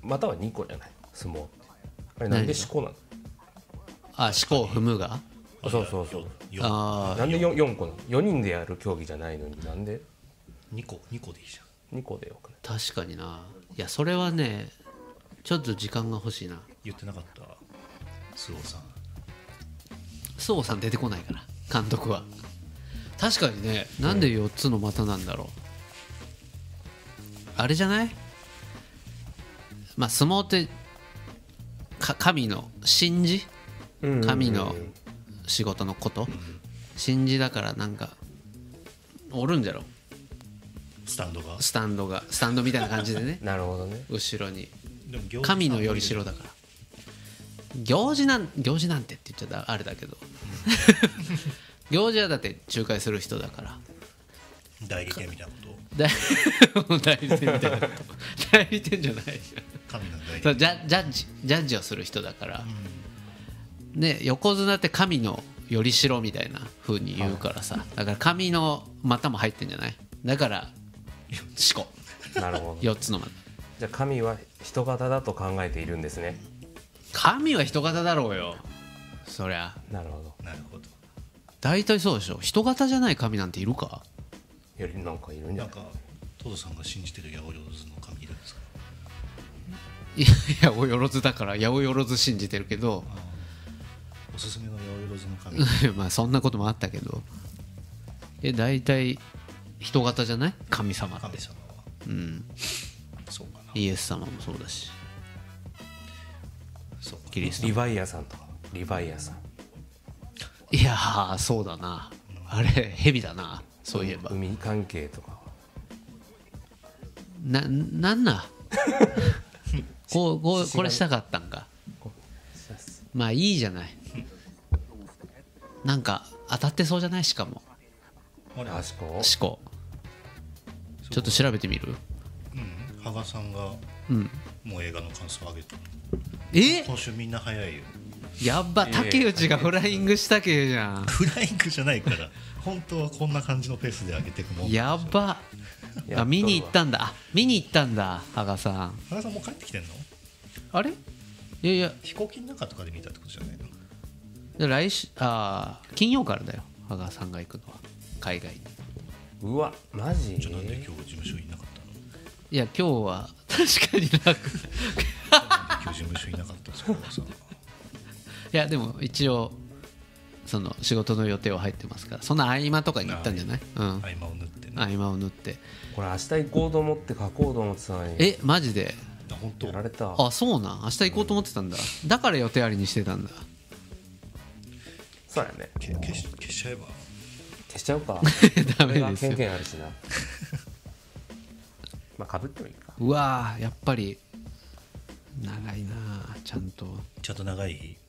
またはにこじゃない相撲ってあれなんで四股なの？ あ四股を踏むがそうそうそうよあなんで 4, 4個なの？よにんでやる競技じゃないのになんでにこにこでいいじゃん。 にこでよくない？ 確かにないやそれはねちょっと時間が欲しいな。 言ってなかった周防さん。 周防さん出てこないから監督は。確かにねなんでよっつの股なんだろう。あれじゃない？まあ相撲ってか神の神事、神の仕事のこと、神事だからなんかおるんじゃろスタンドがスタンドがスタンドみたいな感じでねなるほどね。 後ろにでも行事神のよりしろだから行事なん行事なんてって言っちゃあれだけど行事はだって仲介する人だから代理店みたいなこと代代理店みたいなこと代理店じゃない神の代理そうジャジャッジジャッジをする人だから、ね、横綱って神のよりしろみたいな風に言うからさだから神の股も入ってんじゃない？だから四股なるほど。 よっつの股。 じゃあ神は人型だと考えているんですね。 神は人型だろうよそりゃ。 なるほど。 なるほど。 大体そうでしょ。人型じゃない神なんているか？ よりなんかいるんじゃない？ なんかトドさんが信じてる八百万の神いるんですか？ いや八百万だから八百万信じてるけどおすすめの八百万の神まあそんなこともあったけどえ大体人型じゃない？神様って神様はうんそうかな。 イエス様もそうだしそうかキリストリヴァイアさんとかリヴァイアさんいやーそうだなあれ蛇だなそういえば海関係とかななんなこうこうこれしたかったんかまあいいじゃないなんか当たってそうじゃないしかもあれあしこ思考ちょっと調べてみるうん羽賀さんがうんもう映画の感想を上げた。 え今週みんな早いよ。 やっば竹内がフライングしたけじゃんフライングじゃないから本当はこんな感じのペースで上げていくもん。 やばあ見に行ったんだあ見に行ったんだ羽賀さん羽賀さんもう帰ってきてんの？ あれいやいや飛行機の中とかで見たってことじゃないの？ で来週あー金曜からだよ羽賀さんが行くのは海外に。 うわマジ？ じゃあなんで今日事務所いなかったの？ いや今日は確かになく今日事務所いなかったそこはさ。 いやでも一応その仕事の予定は入ってますからそんな合間とかに行ったんじゃない？うん合間を縫ってね。 合間を縫ってこれ明日行こうと思って書こうと思ってたのにえマジであ本当やられた。 あそうなん明日行こうと思ってたんだだから予定ありにしてたんだそうやね。 け消し消しちゃえば。 消しちゃうかダメですよ俺が権限あるしなまあかぶってもいいか。 うわーやっぱり長いなちゃんとちゃんと長い。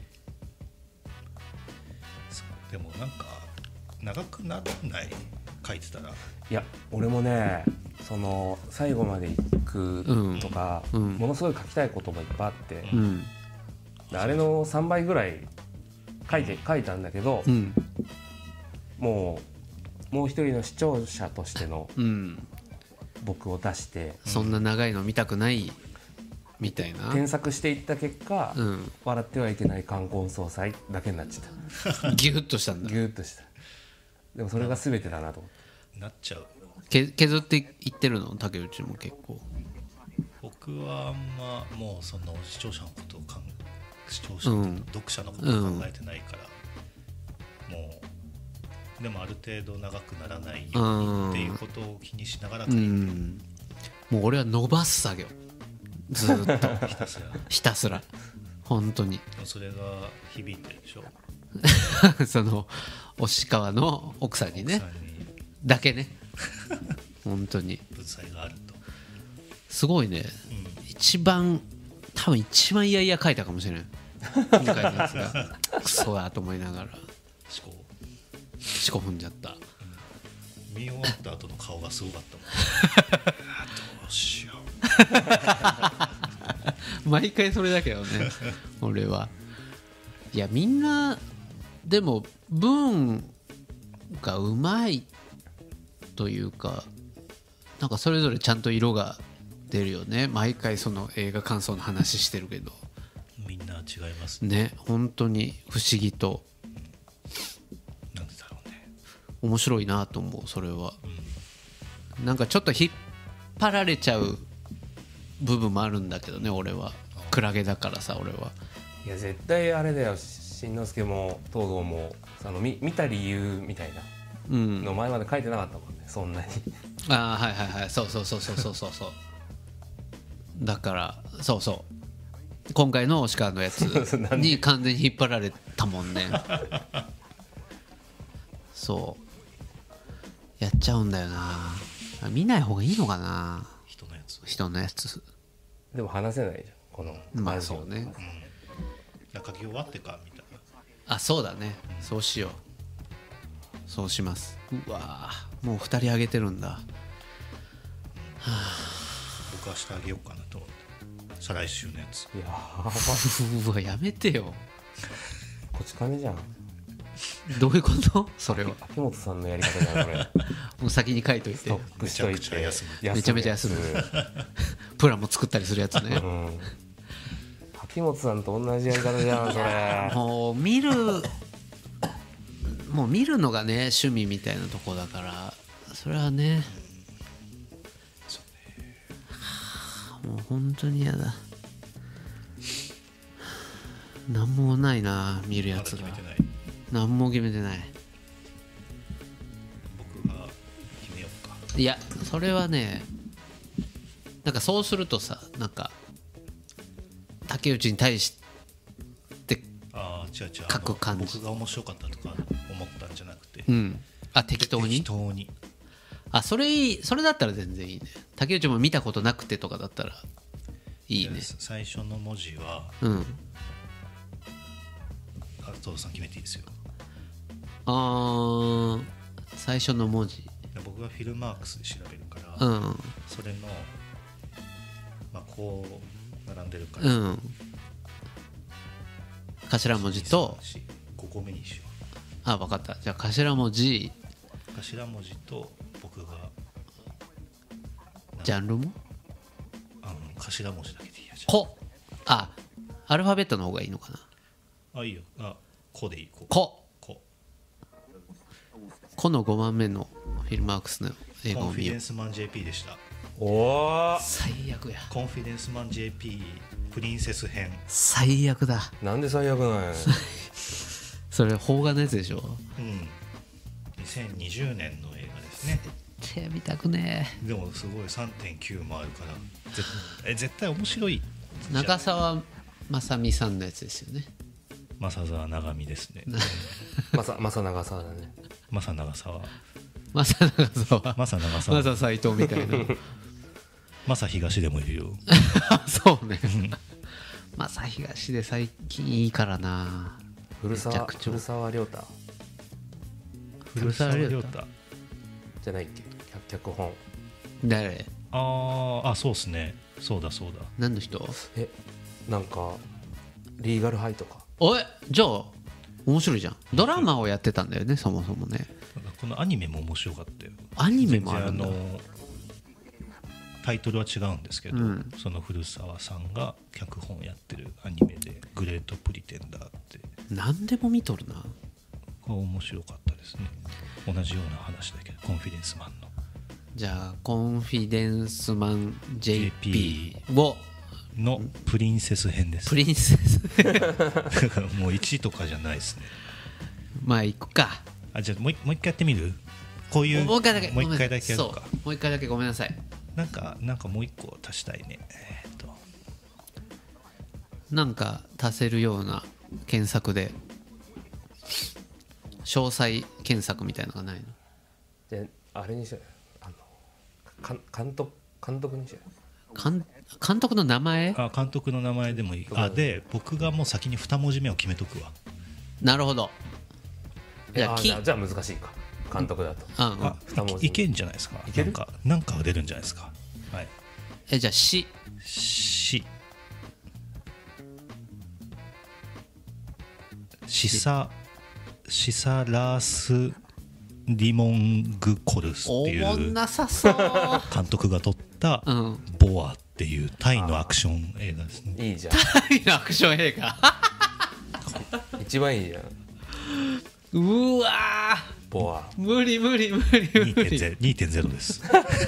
そうでもなんか長くならない書いてたら。 いや俺もねその最後まで行くとか、 うんうんものすごい書きたい言葉いっぱいあって、 うんであれのさんばいぐらい書いて書いたんだけど、 うんもうもう一人の視聴者としてのうん僕を出してそんな長いの見たくないみたいな添削していった結果、 うん笑ってはいけない冠婚葬祭だけになっちゃったギュッとしたんだギューッとした。でもそれが全てだなと思って。 なっちゃう。 け削っていってるの竹内も結構僕はあんまもうその視聴者のことを考え視聴者の、 うん読者のことを考えてないから、もうでもある程度長くならないようにっていうことを気にしながら書ういてる。 んもう俺は伸ばす作業ずーっとひたすらひたすら本当にそれが響いてるでしょ。 その押川の奥さんにね奥さんにだけね本当に物体があると。 すごいねうん一番多分一番いやいや書いたかもしれない今回のやつがクソだと思いながら思考四股踏んじゃった。 見終わった後の顔がすごかったもんあどうしよ毎回それだけどね俺はいやみんなでも文がうまいというかなんかそれぞれちゃんと色が出るよね。毎回その映画感想の話してるけどみんな違いますね。 ね、本当に不思議となんでだろうね。 面白いなと思う。それは、うん、なんかちょっと引っ張られちゃう部分もあるんだけどね。俺はクラゲだからさ。俺はいや絶対あれだよ、しんのすけも東堂もあの 見, 見た理由みたいなの前まで書いてなかったもんね、そんなに。 ああはいはいはい、そうそうそうそうそうそうそうだからそうそう今回の押川のやつに完全に引っ張られたもんねそうやっちゃうんだよな。見ない方がいいのかな、 人のやつ。 人のやつでも話せないじゃんこの。 まあそうね、 うん、書き終わってかみたいな。あそうだね、うん、そうしよう。そうします。うわもうふたりあげてるんだ、はあ、 僕はしてあげようかなと思って。再来週のやつ。 いやうわやめてよこち亀じゃん。 どういうことそれは。 秋元さんのやり方じゃんこれ。 もう先に書いといてストックしといてめちゃくちゃ休むめちゃめちゃ休むプランも作ったりするやつね、うん、 秋元さんと同じやり方じゃんそれ。 もう見るもう見るのがね趣味みたいなとこだから、それはね、うん、もう本当に嫌だ。なんもないな見るやつが。なんも決めてない。 僕が決めようか。 いやそれはね、なんかそうするとさ、なんか竹内に対してあ違う違う書く感じ。 僕が面白かったとか思ったんじゃなくて、 うん、あ適当に適当に。 あそれいい、それだったら全然いいね。竹内も見たことなくてとかだったらいいね。 最初の文字は、 うん、 あ東さん決めていいですよ。 あー最初の文字、 僕がフィルマークスで調べるから、 うん、 それの、まあ、こう並んでるから、 うん、頭文字とごこめにしよう。 あ分かった。じゃあ頭文字、 頭文字と僕がジャンルもあの頭文字だけでいいや。じゃこあアルファベットの方がいいのかな。 あいいよ。あこでいい。ここここのごばんめのフィルマークスの英語コンフィを見よう。 デンスマン ジェーピー でした。 おー最悪や。 コンフィデンスマン ジェーピー プリンセス編。 最悪だ。 なんで最悪なんやねん。 それ邦画のやつでしょ。 うんにせんにじゅうねんの映画ですね。 手見たくねえ。でもすごい さんてんきゅう もあるから絶え絶対面白い。 長澤まさみさんのやつですよね。 正沢長見ですね。 まさまさ長澤だね。 正長沢まさ長澤正長沢まさ斎藤みたいな正東でもいるよ。 そうね正東で最近いいからな。 古澤古澤亮太古澤亮太じゃないっけ。脚本誰。 あーあそうっすね。そうだそうだ。 何の人。 えなんかリーガルハイとか。 おいじゃあ面白いじゃん。ドラマをやってたんだよねそもそもね。 このアニメも面白かったよ。 アニメもあるんだ。 あのタイトルは違うんですけど、うん、その古澤さんが脚本やってるアニメでグレートプリテンダーって何でも見とるな。 これ面白かったですね。同じような話だけどコンフィデンスマンの。じゃあコンフィデンスマン ジェーピー をのプリンセス編です。 プリンセスもういちとかじゃないですね。 まあ行くか。 あじゃあもう一回やってみる。こういうもう一回だけもう一回だけやるか。 もう一回だけごめんなさい。 なんかなんかもう一個足したいね。えー、っとなんか足せるような検索で詳細検索みたいなのがないの。 であれにしよう。あのか監督監督にしよう。 監監督の名前。 あ監督の名前でもいい。あで僕がもう先にに文字目を決めとくわ。 なるほど。 じゃあじゃあ難しいか監督だと。 あ、うん、 あい, いけんじゃないですか。 いけるなんかなんかが出るんじゃないですか。はい。 えじゃあししシサシサラース・ディモング・コルスっていうおもんなさそう監督が撮ったうんボアっっていうタイのアクション映画ですね。 いいじゃタイのアクション映画ん一番いいじゃんうわボアー無理無理無理無理にてんゼロ です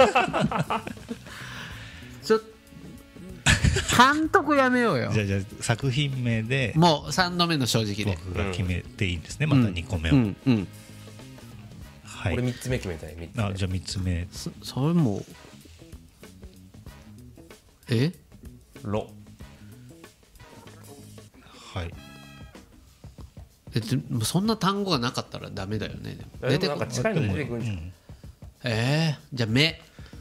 ちょっと監督やめようよじゃあじゃあ作品名でもうさんどめの正直で僕が決めていいんですね、またにこめを、 うんうんはい俺みっつめ決めたいみっつめあじゃあみっつめそそれもえロはいえでもそんな単語がなかったらダメだよねでもでもなんか近いの出てくるじゃん、 うんえー、じゃあ目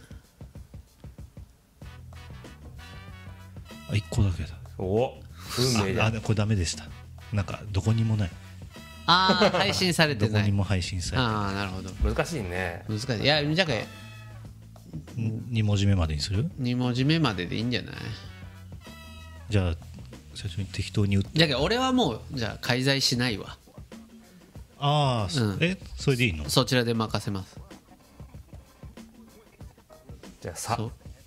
あいっこだけだお運命だああこれダメでしたなんかどこにもないああ配信されてないどこにも配信されてないああなるほど難しいね難しいいやじゃあに文字目までにするに文字目まででいいんじゃないじゃあ最初に適当に打ってじゃあ俺はもうじゃあ介在しないわああ、そうんえそれでいいのそちらで任せますじゃあさそう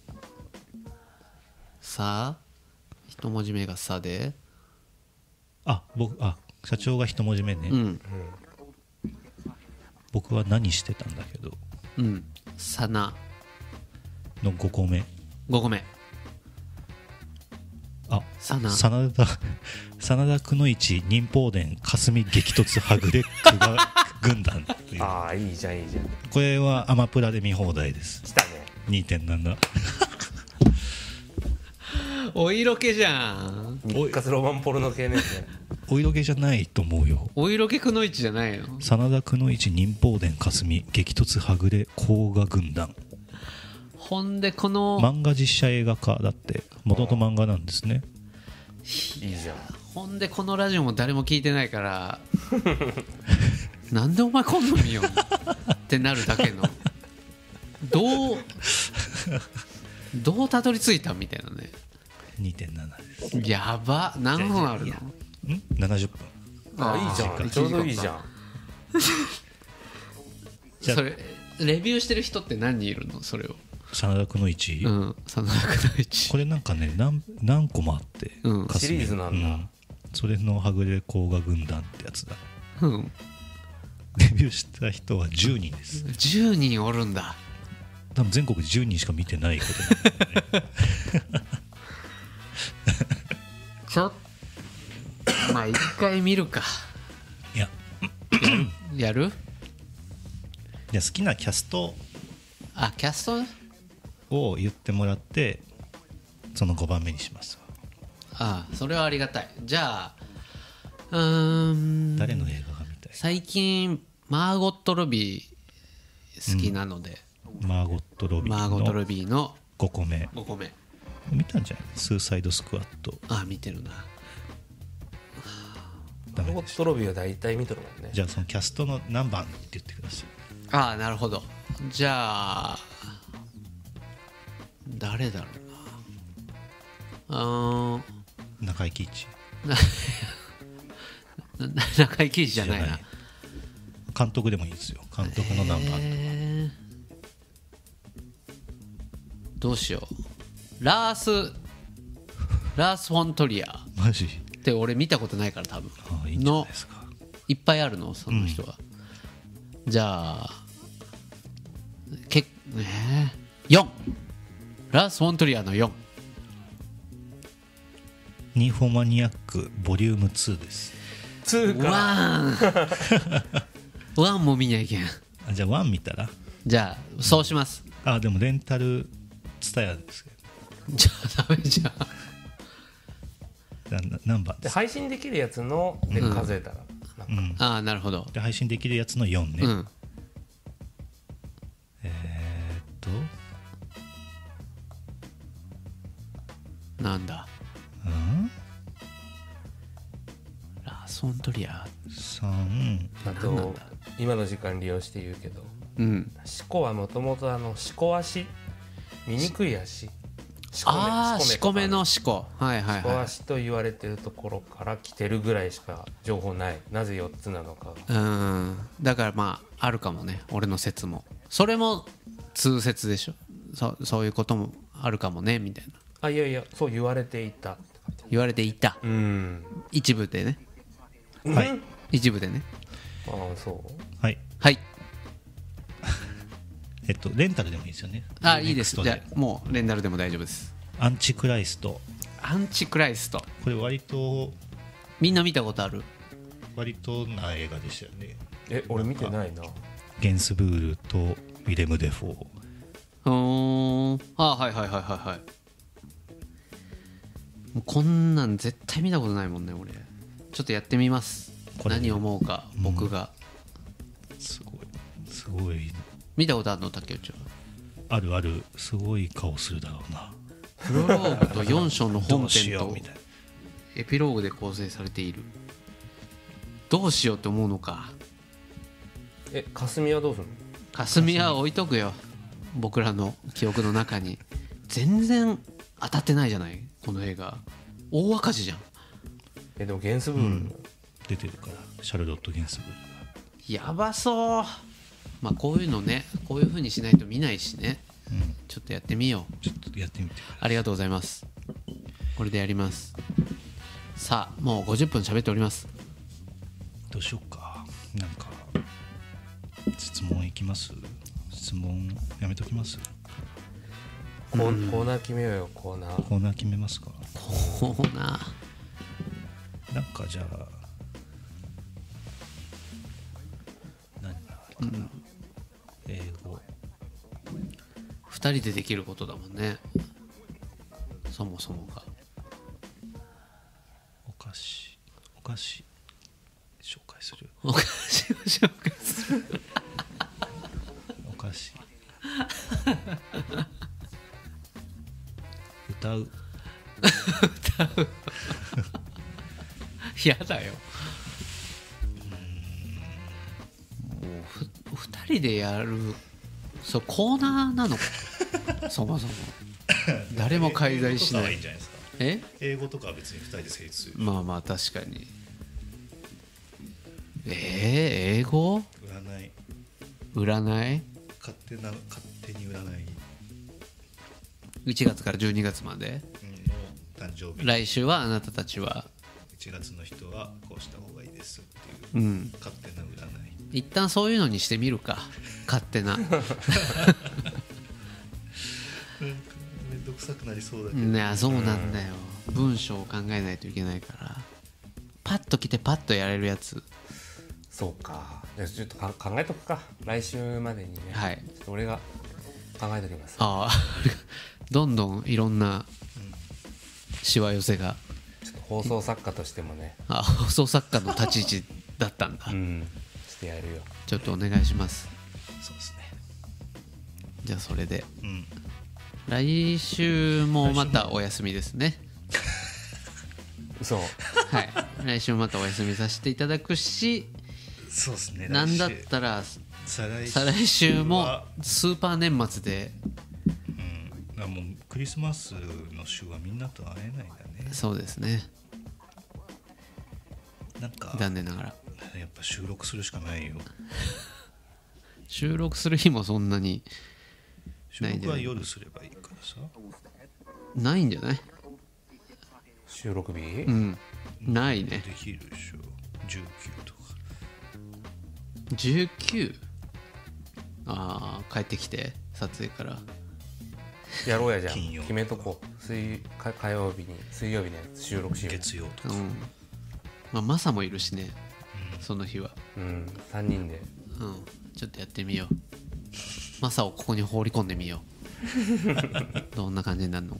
さあ一文字目がさであ僕あ社長が一文字目ね、 うん僕は何してたんだけどうんさなのごこめごこめあさな真田真田くのいち忍法伝霞激突はぐれ久我軍団っていうああいいじゃんいいじゃんこれはアマプラで見放題です来たねにてんななお色気じゃん日活ロマンポルノ系のやつねお色気じゃないと思うよお色気くのいちじゃないの真田くのいち忍法伝霞激突はぐれ甲賀軍団ほんでこの漫画実写映画化だって元々漫画なんですねいいじゃんほんでこのラジオも誰も聞いてないからなんでお前こんなん見ようってなるだけのどうどうたどり着いたみたいなねにてんなな ですやば何分あるのんななじゅっぷんあいいじゃんちょうどいいじゃんじゃあそれレビューしてる人って何人いるのそれを真田くのいち、 うん真田くのいちこれなんかね何何個もあって、 うん霞シリーズなんだうそれのはぐれ甲賀軍団ってやつだうんデビューした人はじゅうにんですじゅうにんおるんだ多分全国でじゅうにんしか見てないことなんだよねちょっまあ一回見るかいややるじゃあ好きなキャストあキャストを言ってもらってそのごばんめにしますわああそれはありがたいじゃあうーん誰の映画が見たい最近マーゴット・ロビー好きなので、 マーゴット・ロビマーゴット・ーのロビーのごこめごこめ見たんじゃないスーサイドスクワットああ見てるなマルゴダメでしたットロビーは大体見とるもんねじゃあそのキャストの何番って言ってくださいああなるほどじゃあ誰だろうなうーん中井貴一な中井貴一じゃないな監督でもいいですよ監督の何番、 えーどうしようラースラース・フォントリアーマジって俺見たことないから多分ああいいんじゃないですかいっぱいあるのその人は、じゃあけえー、よんラース・フォントリアーのよんニーフォマニアックボリュームツーですツーかワンワンも見にゃいけんあじゃあワン見たらじゃあそうしますあでもレンタルツタヤですけじゃあダメじゃんどな何番でですか、 配信できるやつので数えたら、なんかうん、 ああなるほどで配信できるやつのよんね、 うんえー、っとなんだうんラース・フォントリアさんあなんなんとだ今の時間利用して言うけどーうんシコはもともとあのシコ足醜い足シコメああしこめのシしこはいはいコは足と言われてるところから来てるぐらいしか情報ないなぜよっつなのかがいうんだからまああるかもね俺の説もそれも通説でしょそそういうこともあるかもねみたいなあいやいやそう言われていた。 言われていた、 うん一部でね、 はい一部でね。 ああそうはいはいえっとレンタルでもいいですよね。 あいいです。 ネクストじゃあもうレンタルでも大丈夫です。 アンチクライスト、 アンチクライスト、 これ割とみんな見たことある？ 割とな映画でしたよね。 え俺見てないな。 ゲンスブールとウィレム・デフォー。 うーん、あはいはいはいはいはい。もうこんなん絶対見たことないもんね俺。ちょっとやってみます。 これ何を思うか、 うん僕がすごいすごい見たことあるの？竹内はあるある、すごい顔するだろうな。 プロローグとよん章のどうし本編とようみたいな。 エピローグで構成されている。どうしようって思うのか。 え霞はどうするの？ 霞は置いとくよ、僕らの記憶の中に。全然当たってないじゃないこの映画。大赤字じゃん。 えでもゲンスブール、 うん出てるから、シャルロット・ゲンスブールが。 やばそう。まあこういうのね、こういう風にしないと見ないしね。 うんちょっとやってみよう。 ちょっとやってみて。 ありがとうございます。これでやります。さあもうごじゅっぷん喋っております。 どうしようか。なんか質問いきます？質問やめときます？ コーコーナー決めようよコーナー。 コーナー決めますか？ コーナーなんかじゃあ何があるかな、英語。 ふたりでできることだもんね、そもそもが。 お菓子お菓子紹介する。 お菓子を紹介する。 お菓子歌う。 やだよ。もうふふたりでやる、そうコーナーなのかそもそも誰も介在しない。 英語とかはいいんじゃないですか。 え英語とかは別にふたりで成立する。 まあまあ確かに。えー、英語占い、 占い勝手な勝手に占いいちがつからじゅうにがつまで。 の誕生日。 来週はあなたたちはいちがつの人はこうした方がいいですっていう、 うん勝手な占い。 一旦そういうのにしてみるか、勝手な。 なんかめんどくさくなりそうだけど、 ね、そうなんだよ、文章を考えないといけないから。パッと来てパッとやれるやつ。 そうか。じゃあちょっとか考えとくか来週までにね。 はいちょっと俺が考えときます。 ああどんどんいろんなしわ寄せが。 ちょっと放送作家としてもね。 あ、放送作家の立ち位置だったんだ。 うんちょっとやるよ。 ちょっとお願いします。 そうですね。 じゃあそれでうん来週もまたお休みですね。 嘘。 はい来週もまたお休みさせていただくし、 そうですね。 なんだったら再来週再来週もはスーパー年末で。 うん、あもうクリスマスの週はみんなと会えないんだね。 そうですね、 なんか残念ながらやっぱ収録するしかないよ。 収録する日もそんなに収録は夜すればいいからさ。 ないんじゃない？ 収録日、 うんないね。 できるでしょ。じゅうくとか。 じゅうく？ああ帰ってきて撮影からやろうやじゃん。 金曜決めとこう。水か火曜日に水曜日のやつ収録しよ月曜とか。 うんまあマサもいるしね、その日は。 う。うんさんにんで。 うんちょっとやってみよう。マサをここに放り込んでみよう。どんな感じになるのか。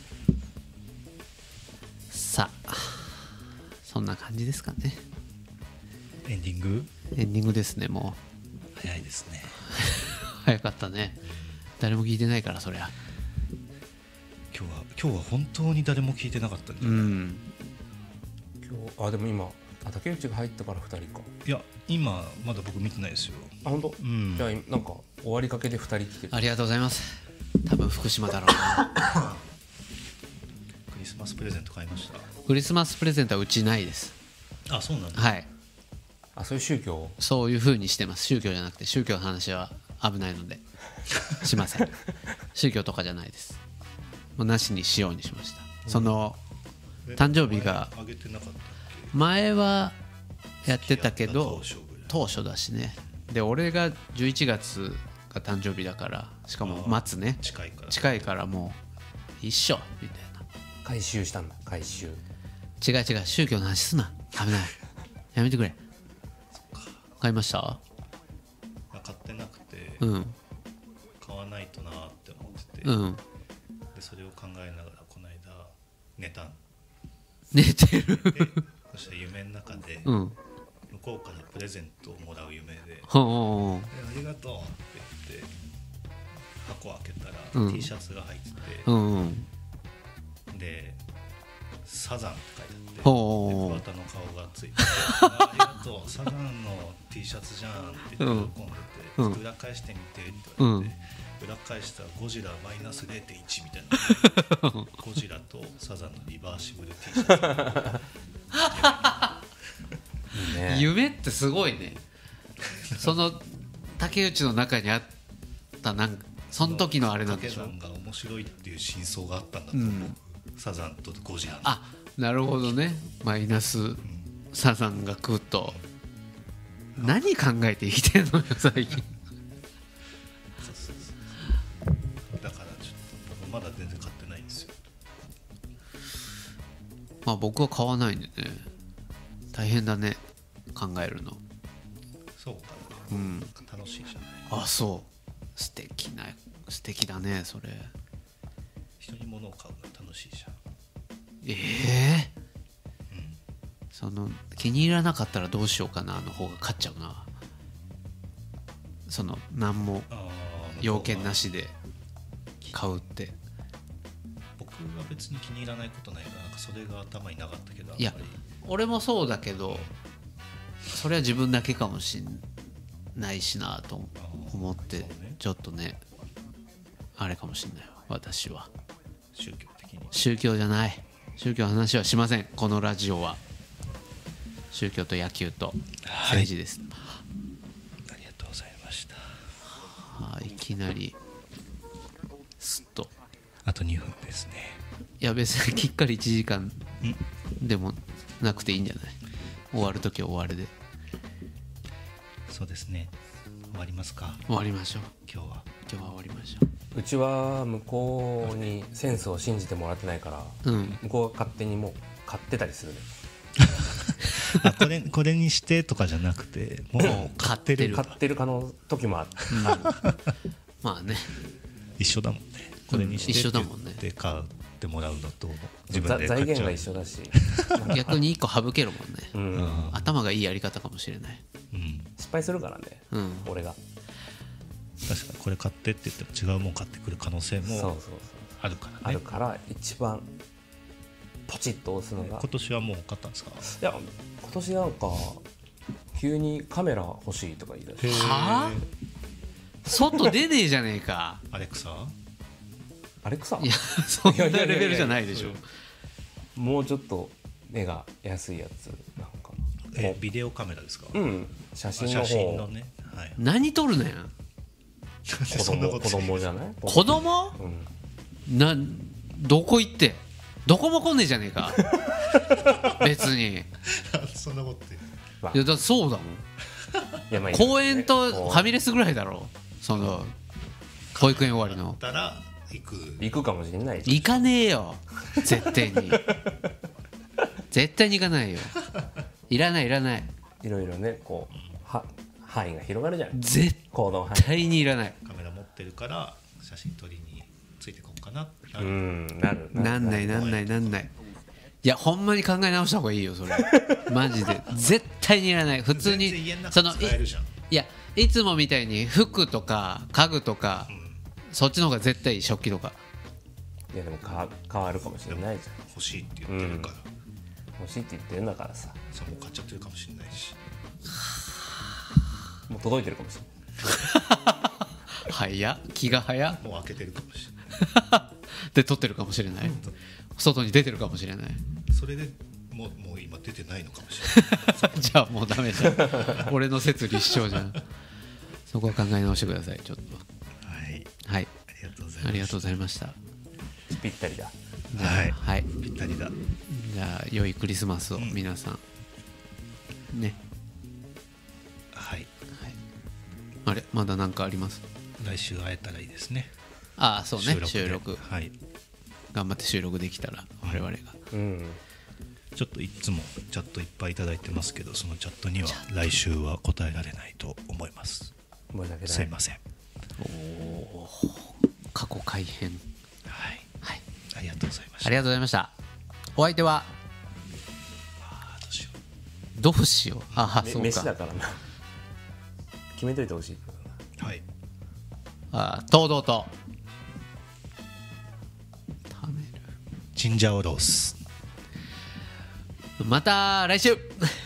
さあそんな感じですかね。 エンディングエンディングですね。もう早いですね。 早かったね。誰も聞いてないからそりゃ。 今日は今日は本当に誰も聞いてなかったんじうゃない？ ん今日あでも今あ竹内が入ったからふたりか。 いや今まだ僕見てないですよ。 あ本当。 うんじゃあなんか終わりかけでふたり来てる。 ありがとうございます。多分福島だろうな。 クリスマスプレゼント買いました。 クリスマスプレゼントはうちないです。 あそうなんだ。 はいあそういう宗教。 そういう風にしてます。宗教じゃなくて、宗教の話は危ないのでしません。宗教とかじゃないです。 もうなしにしようにしました。その誕生日があげてなかったっ前はやってたけど付き合った当初ぐらい当初だしね。で俺がじゅういちがつが誕生日だから、しかも待つね、 近いから近いからもう一緒みたいな。 回収したんだ回収。 違う違う、宗教の話すな、危ない、やめてくれ。買いました？ 買ってなくて、 うん買わないとなって思ってて、 うんでそれを考えながらこの間寝たん寝てるでそしたら夢の中でうん向こうからプレゼントをもらう夢で、 ほうほうでありがとうって言って箱開けたら、 うん T シャツが入ってて、 ほううんうんでサザンって書いてあって、 ほうで桑田の顔がついててあありがとうサザンの T シャツじゃんって言って喜んでて、 うんちょっと裏返してみてって言われて、裏返したらゴジラマイナス れいてんいち みたいなゴジラとサザンのリバーシブル T シャツいいね。 夢ってすごいね。その竹内の中にあったなんかその時のあれなんでしょ。 竹山が面白いっていう真相があったんだと思う、 うんサザンとゴジラのあ、なるほどね。マイナスサザンが食うと何考えて生きてんのよ最近。 そうそうそうだからちょっと僕まだ全然買ってないんですよ。 まあ僕は買わないんでね。大変だね、考えるの。 そうかな、 うん。 楽しいじゃない。 あ、そう素敵な素敵だねそれ。 人に物を買うの楽しいじゃん。 ええその気に入らなかったらどうしようかなの方が勝っちゃうな。その何もあ要件なしで買うって。 僕は別に気に入らないことないからなんかそれが頭になかったけど、 いやあんまり俺もそうだけどそれは自分だけかもしんないしなと思ってそうねちょっとねあれかもしんない私は。 宗教的に宗教じゃない、宗教の話はしませんこのラジオは。宗教と野球と政治です、 ありがとうございました。 はい、いきなりすっと。 あとにふんですね。 いや別にきっかりいちじかんでもなくていいんじゃない。終わるときは終わるで。 そうですね、終わりますか。 終わりましょう。 今日は今日は終わりましょうちは向こうにセンスを信じてもらってないから、 う。うん向こうが勝手にもう買ってたりするね。 あこれこれにしてとかじゃなくてもう買ってる買ってる可能時もある。 まあね一緒だもんね。これにして一緒だもんねって買ってもらうのと自分ざで買っちゃう財源が一緒だし、 逆にいっこ省けるもんね。 うん、 うん頭がいいやり方かもしれない。 うん失敗するからね、 うん俺が。 確かにこれ買ってって言っても違うもん買ってくる可能性もそうそうそうあるからね。 あるから一番ポチッと押すのが。 今年はもう買ったんですか。 いや今年なんか急にカメラ欲しいとか言い出して、 はあ外出ねえじゃねえか。 アレクサアレクサいやそんなレベルじゃないでしょ。 もうちょっと目が安いやつなんかえビデオカメラですか。 うん写真の写方真のね、はい何撮るねん。 子そんなこと供子供じゃない子供うんなどこ行ってどこも来ねえじゃねえか別に。 そんなこと言ってまあいやだってそうだもん。 いやまあ公園とこうファミレスぐらいだろその保育園終わりの。 たら行く。 行くかもしれない。 行かねえよ絶対に絶対に行かないよ。いらないいらない。 いろいろねこうは範囲が広がるじゃない。 絶行動範囲。 対にいらない。 カメラ持ってるから写真撮りについてこうかな。なうるんなるなんないなんないなんない。いやほんまに考え直した方がいいよそれマジで絶対にいらない。普通に全然家の中そのい使えるじゃん。 いやいつもみたいに服とか家具とか、 うんそっちの方が絶対いい。食器とかいやでもか変わるかもしれないじゃん。 欲しいって言ってるから、 欲しいって言ってるんだからさ、 そうもう買っちゃってるかもしれないし。 もう届いてるかもしれない。 早っ気が早っもう開けてるかもしれない。 で撮ってるかもしれない外に出てるかもしれないそれでもうもう今出てないのかもしれない。 じゃあもうダメじゃん俺の説立証じゃん。そこは考え直してくださいちょっと。 はい、 はいありがとうございます。 ありがとうございました。 ぴったりだ。 じゃあはいはい、 ぴったりだ。 じゃあ良いクリスマスをうん皆さん、ね、 はいはい、あれまだ何かあります？ 来週会えたらいいですね。 ああそうね、 で収録はい。 頑張って収録できたら我々が、 うん。 ちょっといつもチャットいっぱいいただいてますけど、そのチャットには来週は答えられないと思います。 申し訳ない。 すいません。 おお過去改編、 はい。 はい、 ありがとうございました。 ありがとうございました。お相手はあーどうしよう。 どうしよう、ああめそうか、 飯だからな。決めといてほしい。 はい。 あ東堂と食べるチンジャオロース。 また来週